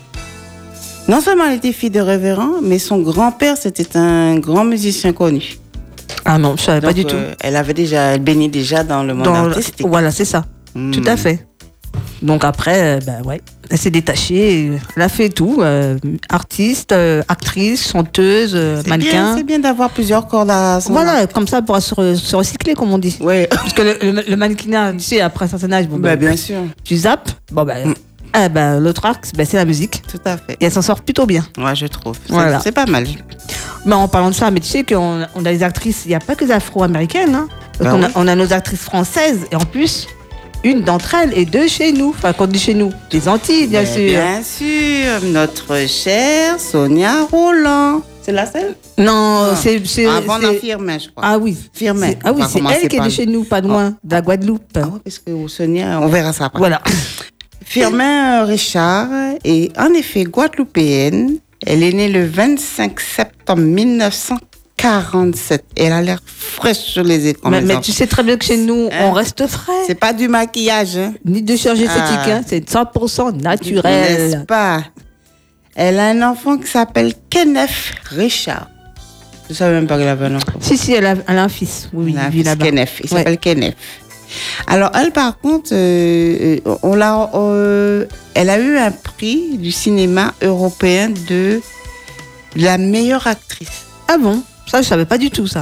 Non seulement elle était fille de révérend, mais son grand-père, c'était un grand musicien connu. Ah non, je savais pas Donc, du tout. euh, elle avait déjà, elle baignait déjà dans le monde Dans- artistique. Voilà, c'est ça. Hmm. Tout à fait. Donc après, euh, bah ouais, elle s'est détachée. et Elle a fait tout. euh, artiste, euh, actrice, chanteuse, euh, C'est bien, mannequin. c'est bien d'avoir plusieurs cordes à son Voilà, comme ça, elle pourra se, re- se recycler, comme on dit. arc. Ouais. Parce que le, le, le mannequinat, tu sais, après un certain âge, bon, Bah, bah, bien sûr, tu zappes. Bon, bah, Mm. ah, bah, l'autre arc, bah, c'est la musique. tout à fait. Et elle s'en sort plutôt bien. Ouais, je trouve. C'est- Voilà. C'est pas mal. Mais en parlant de ça, mais tu sais qu'on on a des actrices, il n'y a pas que des afro-américaines. Hein, parce Bah qu'on oui. a, on a nos actrices françaises. Et en plus, une d'entre elles est de chez nous. Enfin, quand on dit chez nous, des Antilles, bien Mais sûr. Bien sûr, notre chère Sonia Roland. C'est la seule Non, Ah. c'est. c'est- Avant c'est- d'en Firmin, je crois. Ah oui. Firmin. C'est- Ah oui, On va c'est commencer elle qui est par de lui. chez nous, pas de loin, de la Guadeloupe. Ah ouais, parce que Sonia, on verra ça après. Voilà. Firmin euh, Richard est en effet guadeloupéenne. Elle est née le vingt-cinq septembre mille neuf cent quarante-sept. Elle a l'air fraîche sur les écrans. Mais, mes mais enfants. tu sais très bien que chez nous, Hein? on reste frais. C'est pas du maquillage, hein? Ni de chirurgie esthétique, Ah. hein, c'est cent pour cent N'est-ce naturel. pas? Elle a un enfant qui s'appelle Kenneth Richard. Je savais même pas qu'elle avait un enfant. Si, si, elle a, elle a un fils. Oui, oui, Elle a un il vit fils, là-bas. Kenneth. Il Ouais. s'appelle Kenneth. Alors, elle, par contre, euh, euh, on l'a, euh, elle a eu un prix du cinéma européen de la meilleure actrice. Ah bon? Ça, je savais pas du tout, ça.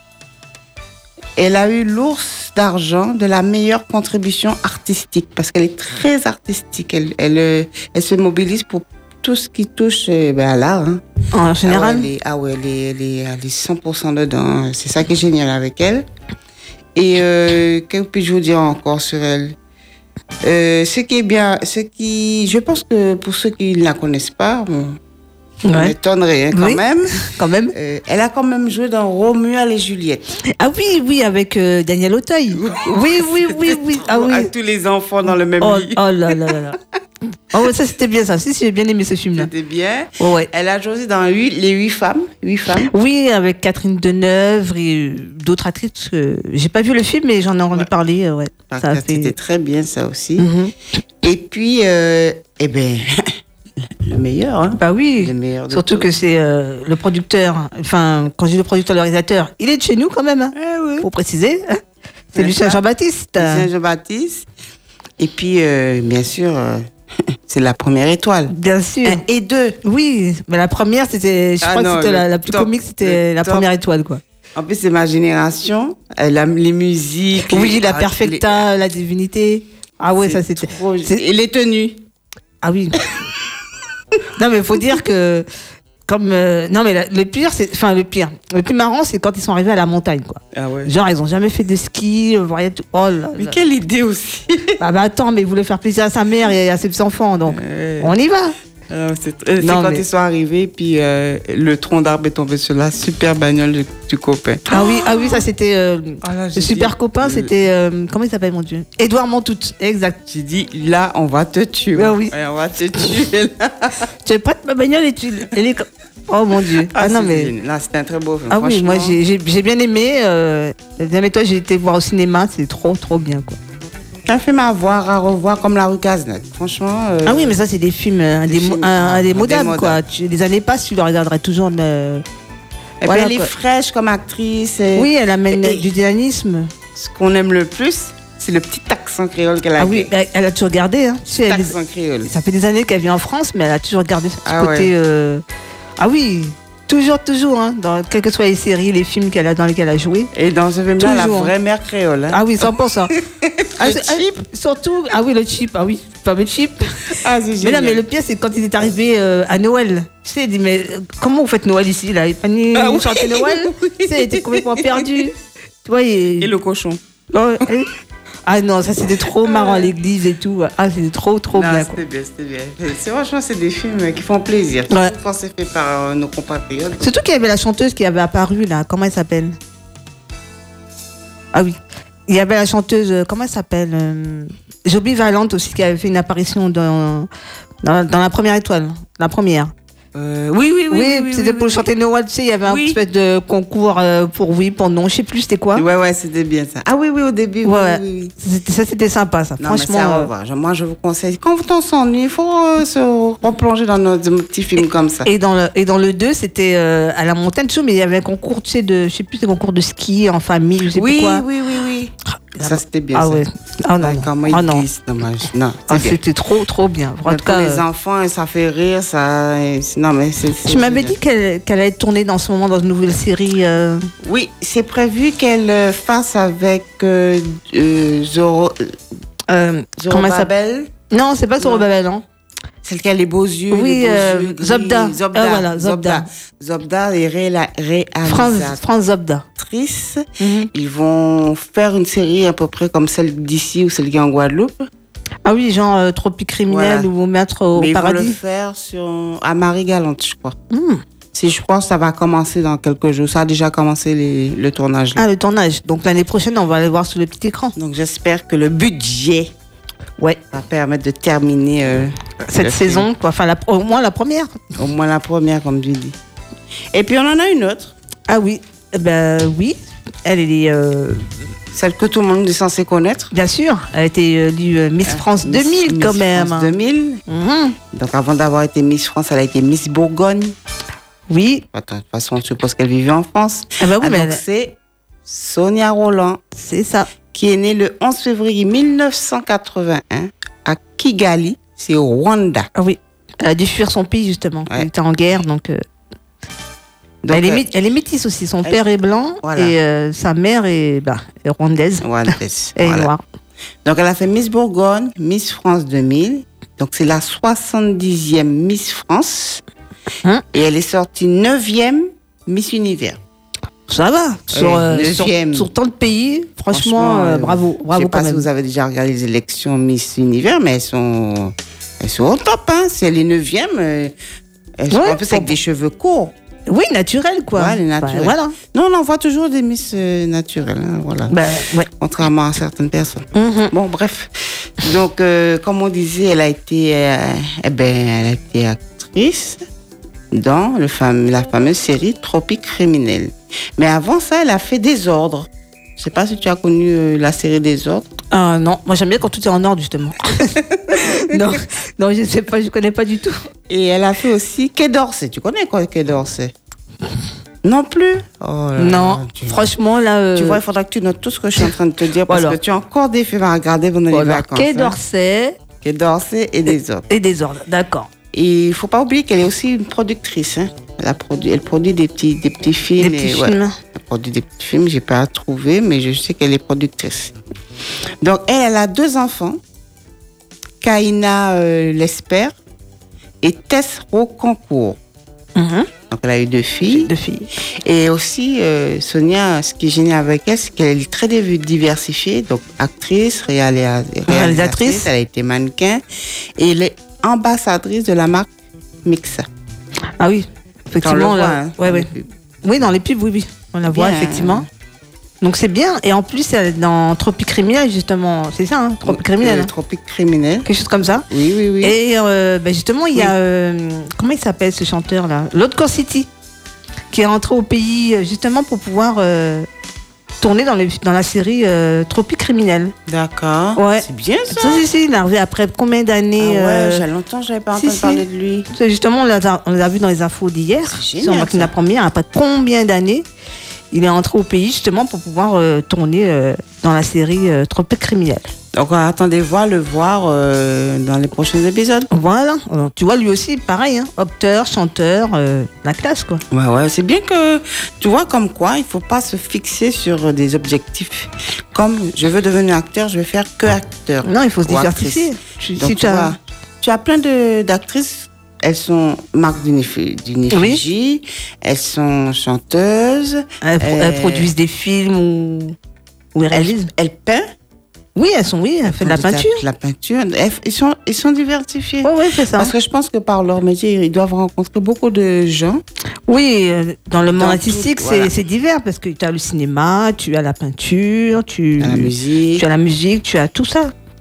Elle a eu l'ours d'argent de la meilleure contribution artistique parce qu'elle est très artistique. Elle, elle, euh, elle se mobilise pour tout ce qui touche euh, ben, à l'art. Hein. En général. Ah ouais, elle est, ah ouais, elle est, elle est, elle est cent pour cent dedans. C'est ça qui est génial avec elle. Et euh, que puis-je vous dire encore sur elle? Euh, ce qui est bien, ce qui, je pense que pour ceux qui ne la connaissent pas, bon, on Ouais. m'étonnerait hein, quand Oui. même. Quand même. Euh, elle a quand même joué dans Romuald et Juliette. Ah oui, oui, avec euh, Daniel Auteuil. Oui, oui, oui, oui. Ah oui. À tous les enfants dans le même Oh, lit. oh là là là là. Oh, ouais, ça, c'était bien, ça. Si, si, j'ai bien aimé ce film-là. C'était bien. Oh, ouais. Elle a joué aussi dans huit, les huit femmes. Huit femmes. Oui, avec Catherine Deneuve et euh, d'autres actrices. que j'ai pas vu le film, mais j'en ai entendu Ouais. parler. euh, ouais. Parce Ça a que C'était fait. très bien ça aussi. Mhm. Et puis, euh, eh ben, le meilleur. Hein. Bah oui. Le meilleur de Surtout tous. que c'est euh, le producteur. Enfin, quand je dis le producteur, le réalisateur, il est de chez nous quand même. Hein, Eh oui. pour préciser. hein. C'est N'est-ce Lucien pas? Jean-Baptiste. Saint Jean-Baptiste. Et puis, euh, bien sûr, euh, c'est la première étoile. Bien sûr. Un et deux. Oui, mais la première, c'était. Je Ah crois non, que c'était le la, la plus top, comique, c'était le la top. première étoile, quoi. En plus, c'est ma génération. Elle a les musiques. Oui, les- la ah, perfecta, la divinité. Ah ouais, les- ça c'est c'était. trop- c'est- Et les tenues. Ah oui. Non, mais il faut dire que. Comme. euh, Non, mais la- le pire, c'est. Enfin, le pire. Le plus marrant, c'est quand ils sont arrivés à la montagne, quoi. Ah ouais. Genre, ils ont jamais fait de ski, euh, rien, tout. Oh là Mais là. quelle idée aussi. Ah bah attends, mais ils voulaient faire plaisir à sa mère et à ses enfants, donc. Ouais. On y va. Alors, c'est c'est Non, quand mais- ils sont arrivés, puis euh, le tronc d'arbre est tombé sur la super bagnole du, du copain. Ah oui, ah oui, ça c'était. euh, Ah là, le j'ai super dit, copain, euh, c'était. euh, comment il s'appelle, mon Dieu? Édouard Montout, exact. J'ai dit, là, on va te tuer. Ah oui. Ouais, on va te tuer, là. Tu prête ma bagnole et tu. Elle est... comme- Oh mon Dieu. Ah, non, c'est mais. génial. Là, c'était un très beau film. Ah oui, moi franchement. j'ai j'ai- j'ai bien aimé. Euh, la dernière fois, j'ai été voir au cinéma, c'est trop, trop bien, quoi. Un film à voir, à revoir, comme La Rue Cazeneuve. Franchement. euh, Ah oui, mais ça, c'est des films euh, Des indémo- films, un- ah, indémodables, quoi. indémodables. Tu- les années passent, tu le regarderais toujours. euh, Et voilà, puis, elle est quoi. fraîche comme actrice. et Oui, elle amène Et- du dynamisme. Ce qu'on aime le plus, c'est le petit accent créole qu'elle a. Ah oui, elle, elle a toujours gardé. Hein. Tu sais, elle- Accent créole. ça fait des années qu'elle vit en France, mais elle a toujours gardé ce petit Ah côté. ouais. euh, Ah oui, toujours, toujours, hein, dans quelles que soient les séries, les films qu'elle a dans lesquels elle a joué. Et dans ce film-là, la Toujours. vraie mère créole. Hein. Ah oui, cent pour cent. Ah, Le c'est- ah, chip. surtout, ah oui, le chip, ah oui, pas le chip. Ah, c'est Mais génial. non, mais le pire, c'est quand il est arrivé euh, à Noël. Tu sais, il dit, mais euh, comment vous faites Noël ici, là? Il pas ni Ah oui. chanter Noël. Tu sais, il était complètement perdu. Tu vois, il... Et le cochon. Oh, eh. Ah non, ça c'était trop marrant à l'église et tout. Ah, c'était trop, trop Non, bien. Quoi. c'était bien, c'était bien. C'est, franchement, c'est des films qui font plaisir. Ouais. Surtout quand c'est fait par euh, nos compatriotes. Surtout qu'il y avait la chanteuse qui avait apparu, là. Comment elle s'appelle? Ah oui. Il y avait la chanteuse, euh, comment elle s'appelle euh, Joby Valente aussi, qui avait fait une apparition dans, dans, dans la première étoile. La première. Euh, oui, oui, oui. Oui, oui, c'était oui, pour oui, chanter Noël, tu sais, il y avait un Oui. espèce de concours euh, pour oui, pour non, je sais plus c'était quoi. oui. Ouais, ouais, c'était bien ça. Ah oui, oui, au début. Ouais, oui, oui, oui. C'était- ça c'était sympa, ça. Non, Franchement. mais c'est à euh, revoir. Je- Moi, je vous conseille. Quand on s'ennuie, il faut euh, se replonger dans nos nos petits films comme ça. Et dans le et dans le deux, c'était euh, à la montagne, tout, mais il y avait un concours, tu sais, de, je sais plus, des concours de ski en famille, je sais Oui, plus quoi. oui, oui, oui. Ça, c'était bien. Ah ça. ouais. Ah non. Ouais, comment Ah ils non. disent, dommage. Non, c'est Ah, bien. c'était trop trop bien. En Mais tout pour cas, les euh, enfants, et ça fait rire, ça. et- Non, mais c'est. c'est tu m'avais génial. dit qu'elle qu'elle allait tourner dans ce moment dans une nouvelle série. euh, Oui, c'est prévu qu'elle euh, fasse avec euh, euh, Zoro, euh, comment elle s'appelle Zorobabel, Non, c'est pas Non. Zorobabel, non. celle qui a les beaux yeux. Oui, les beaux euh, yeux gris. Zobda. Zobda. Ah, voilà, Zobda. Zobda est réla- France réalisatrice. France Zobda. Mhm. Ils vont faire une série à peu près comme celle d'ici ou celle qui est en Guadeloupe. Ah oui, genre euh, Tropique criminel Voilà. ou Maître au Mais ils vont le paradis. faire sur, à Marie-Galante, je crois. Hmm. Si je crois que ça va commencer dans quelques jours. Ça a déjà commencé les- le tournage. là. Ah, le tournage. Donc l'année prochaine, on va aller voir sur le petit écran. Donc j'espère que le budget Ouais. va permettre de terminer euh, Cette le saison, quoi. Enfin, la- au moins la première. film. Au moins la première, comme tu dis. Et puis on en a une autre. Ah oui. Eh ben oui. Elle est, euh, Celle que tout le monde est censé connaître. bien sûr, elle a été euh, élue euh, Miss France Miss- deux mille quand Miss même. France deux mille. Mhm. Donc avant d'avoir été Miss France, elle a été Miss Bourgogne. Oui. Attends, de toute façon, on suppose qu'elle vivait en France. Ah bah oui, Ah, mais donc elle- c'est Sonia Roland, c'est ça. qui est née le onze février mille neuf cent quatre-vingt-un à Kigali, c'est au Rwanda. Ah oui. Elle a dû fuir son pays justement. Ouais. Elle était en guerre, donc. euh, Donc, elle, est euh, mé- elle est métisse aussi. Son elle- père est blanc Voilà. et euh, sa mère est, bah, est rwandaise. rwandaise. Elle est Voilà. noire. Donc elle a fait Miss Bourgogne, Miss France deux mille. Donc c'est la soixante-dixième Miss France. Hein? Et elle est sortie neuvième Miss Univers. Ça va. Sur, Ouais, euh, sur, neuvième. sur tant de pays, franchement, euh, euh, bravo. Je Bravo sais pas quand si même. vous avez déjà regardé les élections Miss Univers, mais elles sont, elles sont au top. Hein. C'est les neuvièmes. euh, Elles sont Ouais, en plus avec faut- des cheveux courts. Oui, naturel, quoi. Ouais, les Bah, naturels. voilà. Non, on en voit toujours des Miss euh, naturelles. Hein, voilà. Bah, ouais. Contrairement à certaines personnes. Mhm. Bon, bref. Donc, euh, comme on disait, elle a été, euh, eh ben, elle a été actrice dans le fam- la fameuse série Tropique criminel. Mais avant ça, elle a fait Désordre. Je sais pas si tu as connu euh, la série Désordre. Ah non, moi j'aime bien quand tout est en ordre, justement. non, non, je sais pas, je connais pas du tout. Et elle a fait aussi Quai d'Orsay. Tu connais quoi, Quai d'Orsay? Non plus. Oh là Non, là, tu... franchement, là. euh, Tu vois, il faudra que tu notes tout ce que je suis en train de te dire parce Voilà. que tu as encore des films à regarder pendant les voilà, vacances. Quai hein. d'Orsay Quai d'Orsay et Désordre. et Désordre, d'accord. Et il faut pas oublier qu'elle est aussi une productrice. Hein. Elle, a produit, elle produit des petits, des petits films. Des petits et, ouais, films. elle produit des petits films, j'ai pas à trouver, mais je sais qu'elle est productrice. Donc, elle, elle a deux enfants. Kaina euh, Lesper et Tess Rocancourt. Mhm. Donc, elle a eu deux filles. Deux filles. Et aussi, euh, Sonia, ce qui est génial avec elle, c'est qu'elle est très div- diversifiée. Donc, actrice, réalia- réalisatrice, elle a été mannequin. Et elle est ambassadrice de la marque Mixa. Ah oui, effectivement. On le là, voit, hein, ouais, dans ouais. les pubs. Oui, dans les pubs, oui, oui. On la voit, Bien. effectivement. Donc c'est bien. Et en plus, elle est dans Tropique criminel, justement. C'est ça, hein, Tropique criminel. Euh, hein. Tropique criminel. Quelque chose comme ça. Oui, oui, oui. Et euh, ben justement, il y a. Oui. euh, comment il s'appelle ce chanteur-là Lodco City, qui est rentré au pays euh, justement pour pouvoir euh, tourner dans, le, dans la série euh, Tropique criminel. D'accord. Ouais. C'est bien ça. Ça, si, si, il est arrivé après combien Ah d'années ouais, euh, j'ai longtemps que j'avais pas si, entendu si. parler de lui. c'est justement, on les a, on les a vus dans les infos d'hier. C'est Sur génial, Martine ça. la première, après combien d'années il est entré au pays justement pour pouvoir euh, tourner euh, dans la série euh, Tropique criminel. Donc euh, attendez voir le voir euh, dans les prochains épisodes. Voilà. Alors, tu vois, lui aussi, pareil, hein, acteur, chanteur, euh, la classe, quoi. Ouais, ouais, c'est bien que tu vois comme quoi il faut pas se fixer sur des objectifs. Comme je veux devenir acteur, je vais faire que acteur. Non, il faut se Ou diversifier. actrice. Tu- Donc, si tu, tu as- vois, tu as plein de d'actrices. Elles sont marques d'une effi- d'une effigie. Elles sont chanteuses. Elles, pro- Euh, elles produisent des films ou, ou elles réalisent. Elles peignent. Oui, elles sont, oui, elles font de la peinture. De la peinture. Elles- Ils sont, ils sont diversifiés. Oui, oui, c'est ça. Parce que je pense que par leur métier, ils doivent rencontrer beaucoup de gens. Oui, euh, dans le monde Dans artistique, tout, c'est voilà. c'est divers parce que tu as le cinéma, tu as la peinture, tu, À la musique. tu as la musique, tu as tout ça.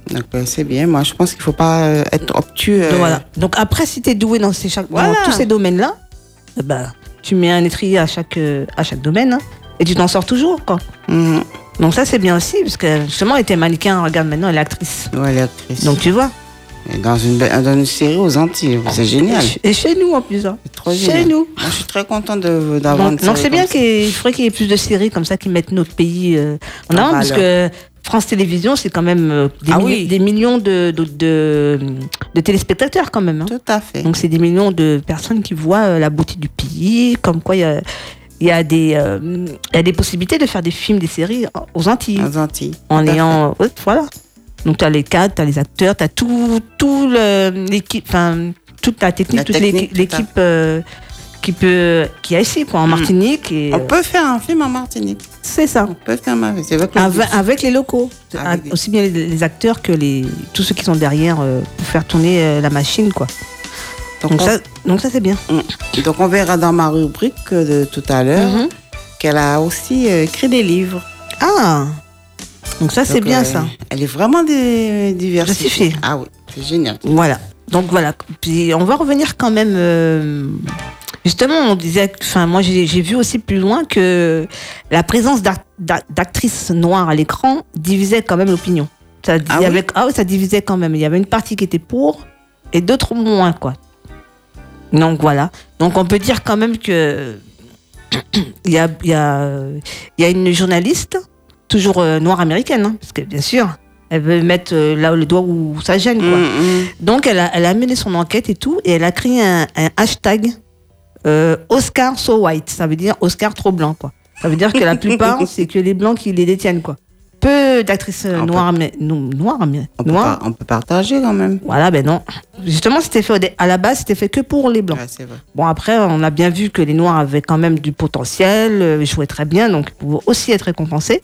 Donc, euh, c'est bien. Moi, je pense qu'il ne faut pas euh, être obtus. euh, Donc, voilà. Donc après, si tu es doué dans, ces chaque, Voilà. dans tous ces domaines-là, eh ben, tu mets un étrier à chaque, euh, à chaque domaine hein, et tu t'en sors toujours. Quoi. mhm. Donc ça, c'est bien aussi, parce que justement, elle était mannequin, regarde maintenant, elle est actrice. Ouais, l'actrice. Donc tu vois. Et dans une, be- dans une série aux Antilles. C'est génial. Et chez nous en plus. Hein. C'est trop Chez génial. nous. Moi, je suis très contente de, d'avoir Donc une donc série c'est bien comme ça. qu'il faudrait qu'il y ait plus de séries comme ça qui mettent notre pays euh, en En avant, parce valeur. que France Télévisions, c'est quand même euh, des, Ah milli- oui. des millions de, de, de, de téléspectateurs quand même. Hein. Tout à fait. Donc c'est des millions de personnes qui voient euh, la beauté du pays, comme quoi il y a, il y, a des, euh, il y a des possibilités de faire des films, des séries aux Antilles, Aux Antilles. en Tout à ayant... ouais, voilà. Donc tu as les cadres, tu as les acteurs, tu as tout, tout le- l'équipe, enfin toute la technique, La toute technique, l'équi- tout à l'équipe euh, qui peut, qui est ici, quoi, en Mm. Martinique. Et, On euh, peut faire un film en Martinique. c'est ça. On peut faire un film. C'est vrai que Avec, avec les locaux, Avec les- aussi bien les, les acteurs que les, tous ceux qui sont derrière euh, pour faire tourner euh, la machine, quoi. donc, Donc on, ça, donc ça c'est bien. donc on verra dans ma rubrique de tout à l'heure Mhm. qu'elle a aussi euh, écrit des livres. Ah, donc ça c'est Donc, bien euh, ça. Elle est vraiment di- diversifiée. Diversifiée. Ah oui, c'est génial. Voilà. Donc voilà. Puis on va revenir quand même. euh, justement, on disait. Enfin, moi j'ai j'ai vu aussi plus loin que la présence d'ac- d'ac- d'actrices noires à l'écran divisait quand même l'opinion. Ça, Ah il y oui avait- ah oui, ça divisait quand même. Il y avait une partie qui était pour et d'autres moins, quoi. Donc voilà. Donc on peut dire quand même que il y a, il y a, il y a une journaliste, toujours euh, noire américaine, hein, parce que bien sûr, elle veut mettre euh, là le doigt où ça gêne, quoi. Mm, mm. Donc elle a, elle a mené son enquête et tout, et elle a créé un, un hashtag euh, Oscar so white, ça veut dire Oscar trop blanc, quoi. Ça veut dire que la plupart, c'est que les blancs qui les détiennent, quoi. Peu d'actrices euh, On peut- noires, mais non, noires, mais On, peut noires. pas- on peut partager quand même. Voilà, ben non. Justement, c'était fait au dé- à la base, c'était fait que pour les blancs. Ouais, c'est vrai. Bon, après, on a bien vu que les Noirs avaient quand même du potentiel, euh, jouaient très bien, donc ils pouvaient aussi être récompensés.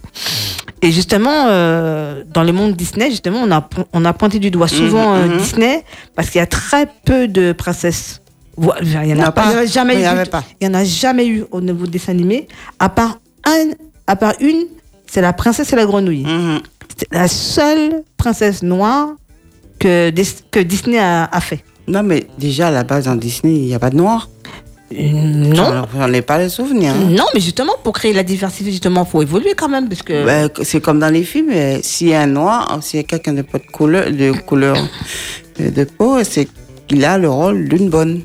Et justement, euh, dans le monde Disney, justement, on a, on a pointé du doigt souvent Mhm, euh, mhm. Disney, parce qu'il y a très peu de princesses. Vo- Il n'y en Non, a pas, pas. il y en a jamais Il eu. y avait pas. Il y en a jamais eu au niveau des dessins animés, à part un, à part une, c'est la princesse et la grenouille. Mhm. C'est la seule princesse noire que, Dis- que Disney a, a fait. Non, mais déjà, à la base, en Disney, il n'y a pas de noir. Euh, non. J'en- J'en ai pas le souvenir. hein. Non, mais justement, pour créer la diversité, justement, il faut évoluer quand même, parce que... Ben, c'est comme dans les films, euh, s'il y a un noir, s'il y a quelqu'un de pas de couleur, de couleur euh, de peau, c'est qu'il a le rôle d'une bonne.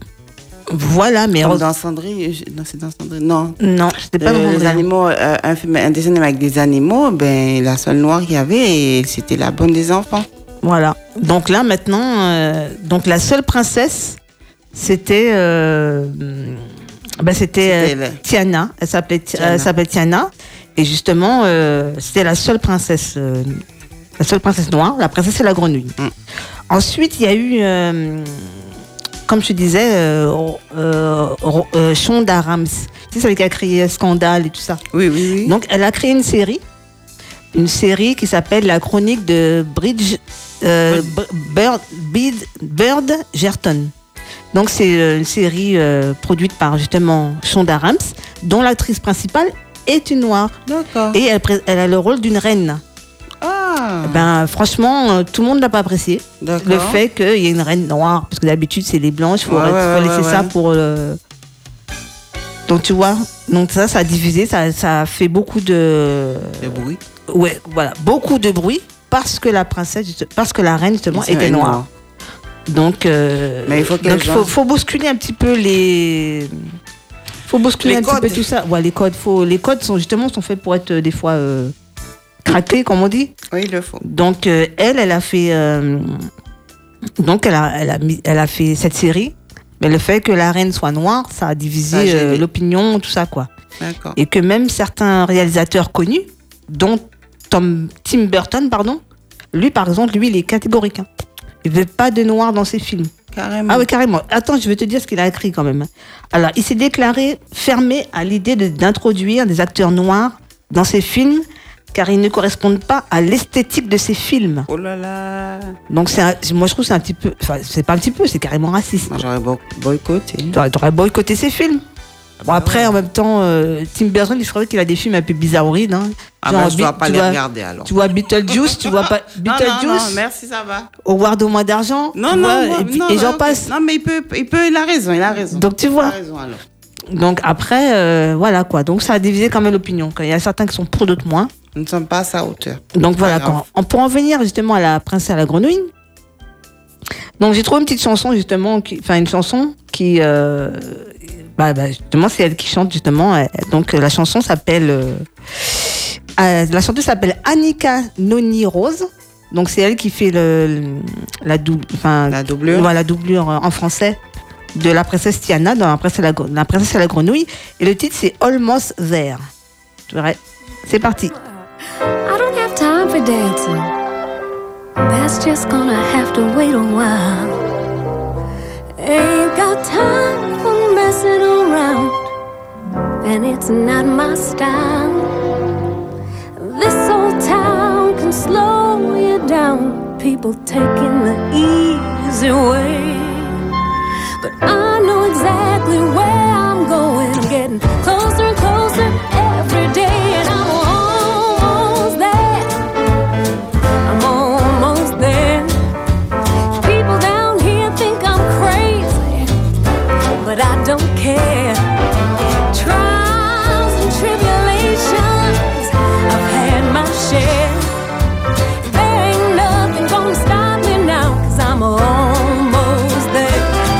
Voilà, mais... Comme heureuse- dans Cendrillon, je- non, c'est dans Cendrillon, non. Non, c'était pas Euh, dans les Cendrillon. animaux, euh, un, film, un dessin animé avec des animaux, ben, la seule noire qu'il y avait, et c'était la bonne des enfants. Voilà. Donc là, maintenant, euh, donc la seule princesse, c'était... euh, ben, c'était euh, C'était le- Tiana. Elle s'appelait Ti- Tiana. elle s'appelait Tiana. Et justement, euh, c'était la seule princesse... euh, la seule princesse noire, la princesse et la grenouille. Mm. Ensuite, il y a eu... euh, comme je disais, euh, euh, euh, Shonda Rhimes. C'est celle qui a créé Scandale et tout ça. Oui, oui, oui. Donc, elle a créé une série, une série qui s'appelle La Chronique de Bridge euh, B- Bird, Bird, Bird Gerton. Donc, c'est euh, une série euh, produite par justement Shonda Rhimes, dont l'actrice principale est une noire D'accord. et elle, pré- elle a le rôle d'une reine. Ah, Ben, franchement, euh, tout le monde n'a pas apprécié d'accord. le fait qu'il y ait une reine noire, parce que d'habitude c'est les blanches, il faut, Ouais, faut ouais, laisser ouais, ça ouais. pour le. Donc tu vois, donc ça, ça a divisé, ça, ça a fait beaucoup de, Le bruit. ouais, voilà, beaucoup de bruit parce que la princesse, juste- parce que la reine justement C'est était un noire. noir. Donc, euh, Mais il faut que donc les il faut, gens- faut bousculer un petit peu les, faut bousculer Les un petit peu codes. tout ça. Ouais, les codes, faut, les codes sont justement sont faits pour être euh, des fois euh, craqués, comme on dit. Oui, il le faut. Donc euh, elle, elle a fait, euh, donc elle a, elle a mis, elle a fait cette série. Mais le fait que la reine soit noire, ça a Ça a divisé gêné. euh, l'opinion, tout ça quoi. D'accord. Et que même certains réalisateurs connus, dont Tom, Tim Burton, pardon, lui par exemple, lui il est catégorique. Hein. Il veut pas de noir dans ses films. Carrément. Ah oui, carrément. Attends, je vais te dire ce qu'il a écrit quand même. Alors, il s'est déclaré fermé à l'idée de- d'introduire des acteurs noirs dans ses films, car ils ne correspondent pas à l'esthétique de ses films. Oh là là. Donc, c'est un- moi, je trouve que c'est un petit peu... Enfin, c'est pas un petit peu, c'est carrément raciste. Moi, j'aurais bo- boycotté. T'aurais t'aurais boycotté ses films. Bon, après, en même temps, euh, Tim Burton, je crois qu'il a des films un peu bizarroïdes. Hein. Ah Genre, bah, je dois Be- pas tu les vois- regarder alors. Tu vois Beetlejuice, tu vois pas Non, non, Beetlejuice, non, merci, ça va. Howard au moins d'argent, Non, tu non, vois, non, et, puis- non, et j'en non, passe. Non, mais il peut, il peut, il a raison, il a raison. Donc tu Il a vois. raison alors. Donc après, euh, voilà quoi. Donc ça a divisé quand même l'opinion. Il y a certains qui sont pour, d'autres moins. Nous ne sommes pas à sa hauteur. Donc voilà, grave. quand, on pourra en venir justement à la princesse à la grenouille. Donc j'ai trouvé une petite chanson justement, qui- enfin une chanson qui, euh, bah, bah, justement c'est elle qui chante justement. Elle- donc euh, la chanson s'appelle, euh, euh, la chanteuse s'appelle Annika Noni Rose. Donc c'est elle qui fait le, le- la double, enfin La doublure. voilà, la doublure euh, en français de la princesse Tiana dans la princesse à la, gre- la princesse à la grenouille. Et le titre c'est Almost There. Tu verras. C'est parti. I don't have time for dancing. That's just gonna have to wait a while. Ain't got time for messing around, and it's not my style. This old town can slow you down, people taking the easy way. But I know exactly where I'm going. I'm getting closer and closer every day, and I'm almost there. I'm almost there. People down here think I'm crazy, but I don't care. Trials and tribulations, I've had my share. There ain't nothing gonna stop me now, 'cause I'm almost there.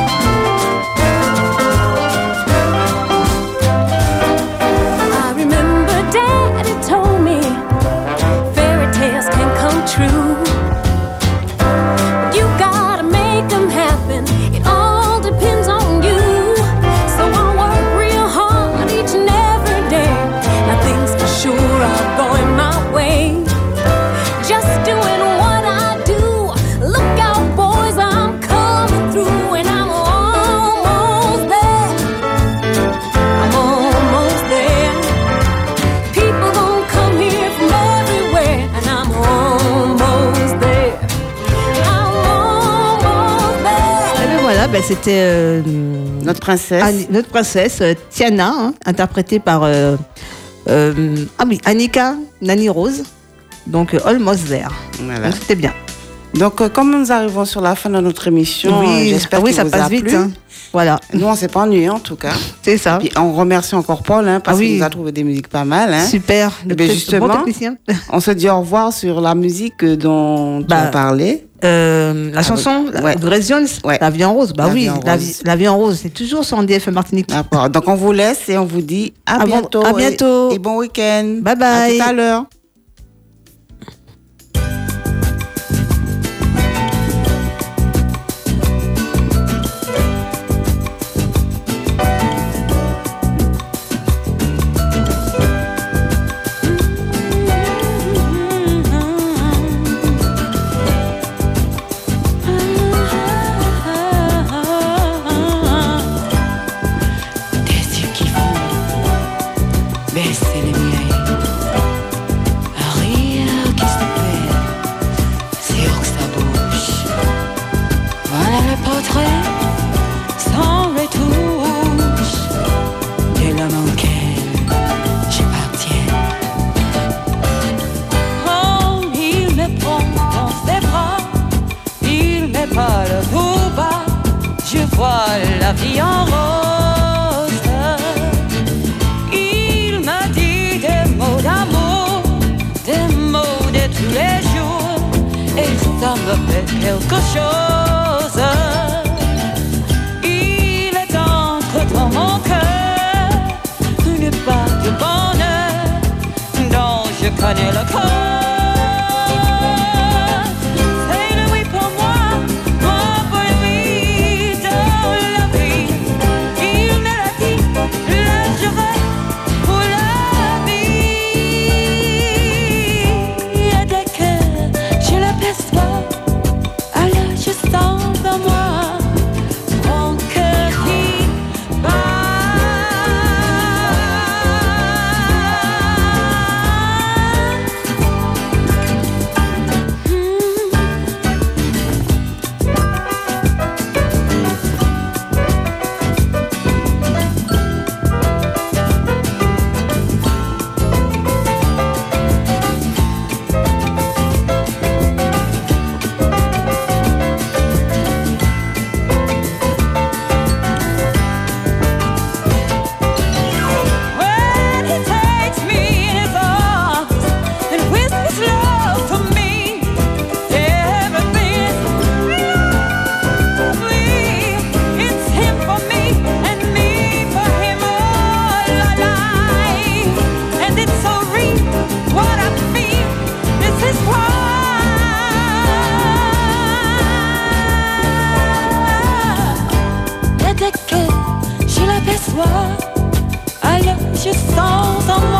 I remember Daddy told me fairy tales can come true. You gotta make them happen. It all depends on you. So I work real hard each and every day. Now things for sure are going my way. Just doing what I do. Look out, boys, I'm coming through, and I'm almost there. I'm almost there. People gon' come here from everywhere, and I'm almost there. I'm almost there. Et bien voilà, ben c'était euh, Notre princesse. Anni- notre princesse euh, Tiana, hein, interprétée par euh, euh, ah oui, Annika Nani Rose. Donc euh, Almost There. Voilà. Donc c'était bien. Donc, euh, comme nous arrivons sur la fin de notre émission, euh, j'espère ah oui, qu'il ça vous passe a vite. plu. Hein. Voilà, Nous, on s'est pas ennuyés en tout cas. c'est ça. Puis on remercie encore Paul hein, parce Ah oui. qu'il nous a trouvé des musiques pas mal. Hein. Super. Eh Le ben, tec- justement, bon technicien. On se dit au revoir sur la musique dont tu Bah, as parlé. Euh, la chanson Ah, ouais. de Grace Jones, Ouais. La vie en rose. Bah La oui, vie en la rose. vie, la vie en rose, c'est toujours sur N D F M Martinique. D'accord. Donc on vous laisse et on vous dit à À bon- bientôt. à et- bientôt. Et, bon week-end. Bye bye. À tout à l'heure. Des yeux qui font baisser les miens, un rire qui se perd sur sa bouche. Voilà le portrait sans retouche de l'homme auquel j'appartiens. Oh, il me prend dans ses bras, il me parle tout bas, je vois la vie en rose. Il m'a dit des mots d'amour, des mots de tous les jours, et ça me fait quelque chose. Il est ancré dans mon cœur, une part de bonheur dont je connais le cœur. C'est lui pour moi, moi pour lui dans la vie. Il me l'a dit, là je vais pour la vie. Et dès que je l'aperçois, alors je sens en moi mon cœur qui bat. je sens en moi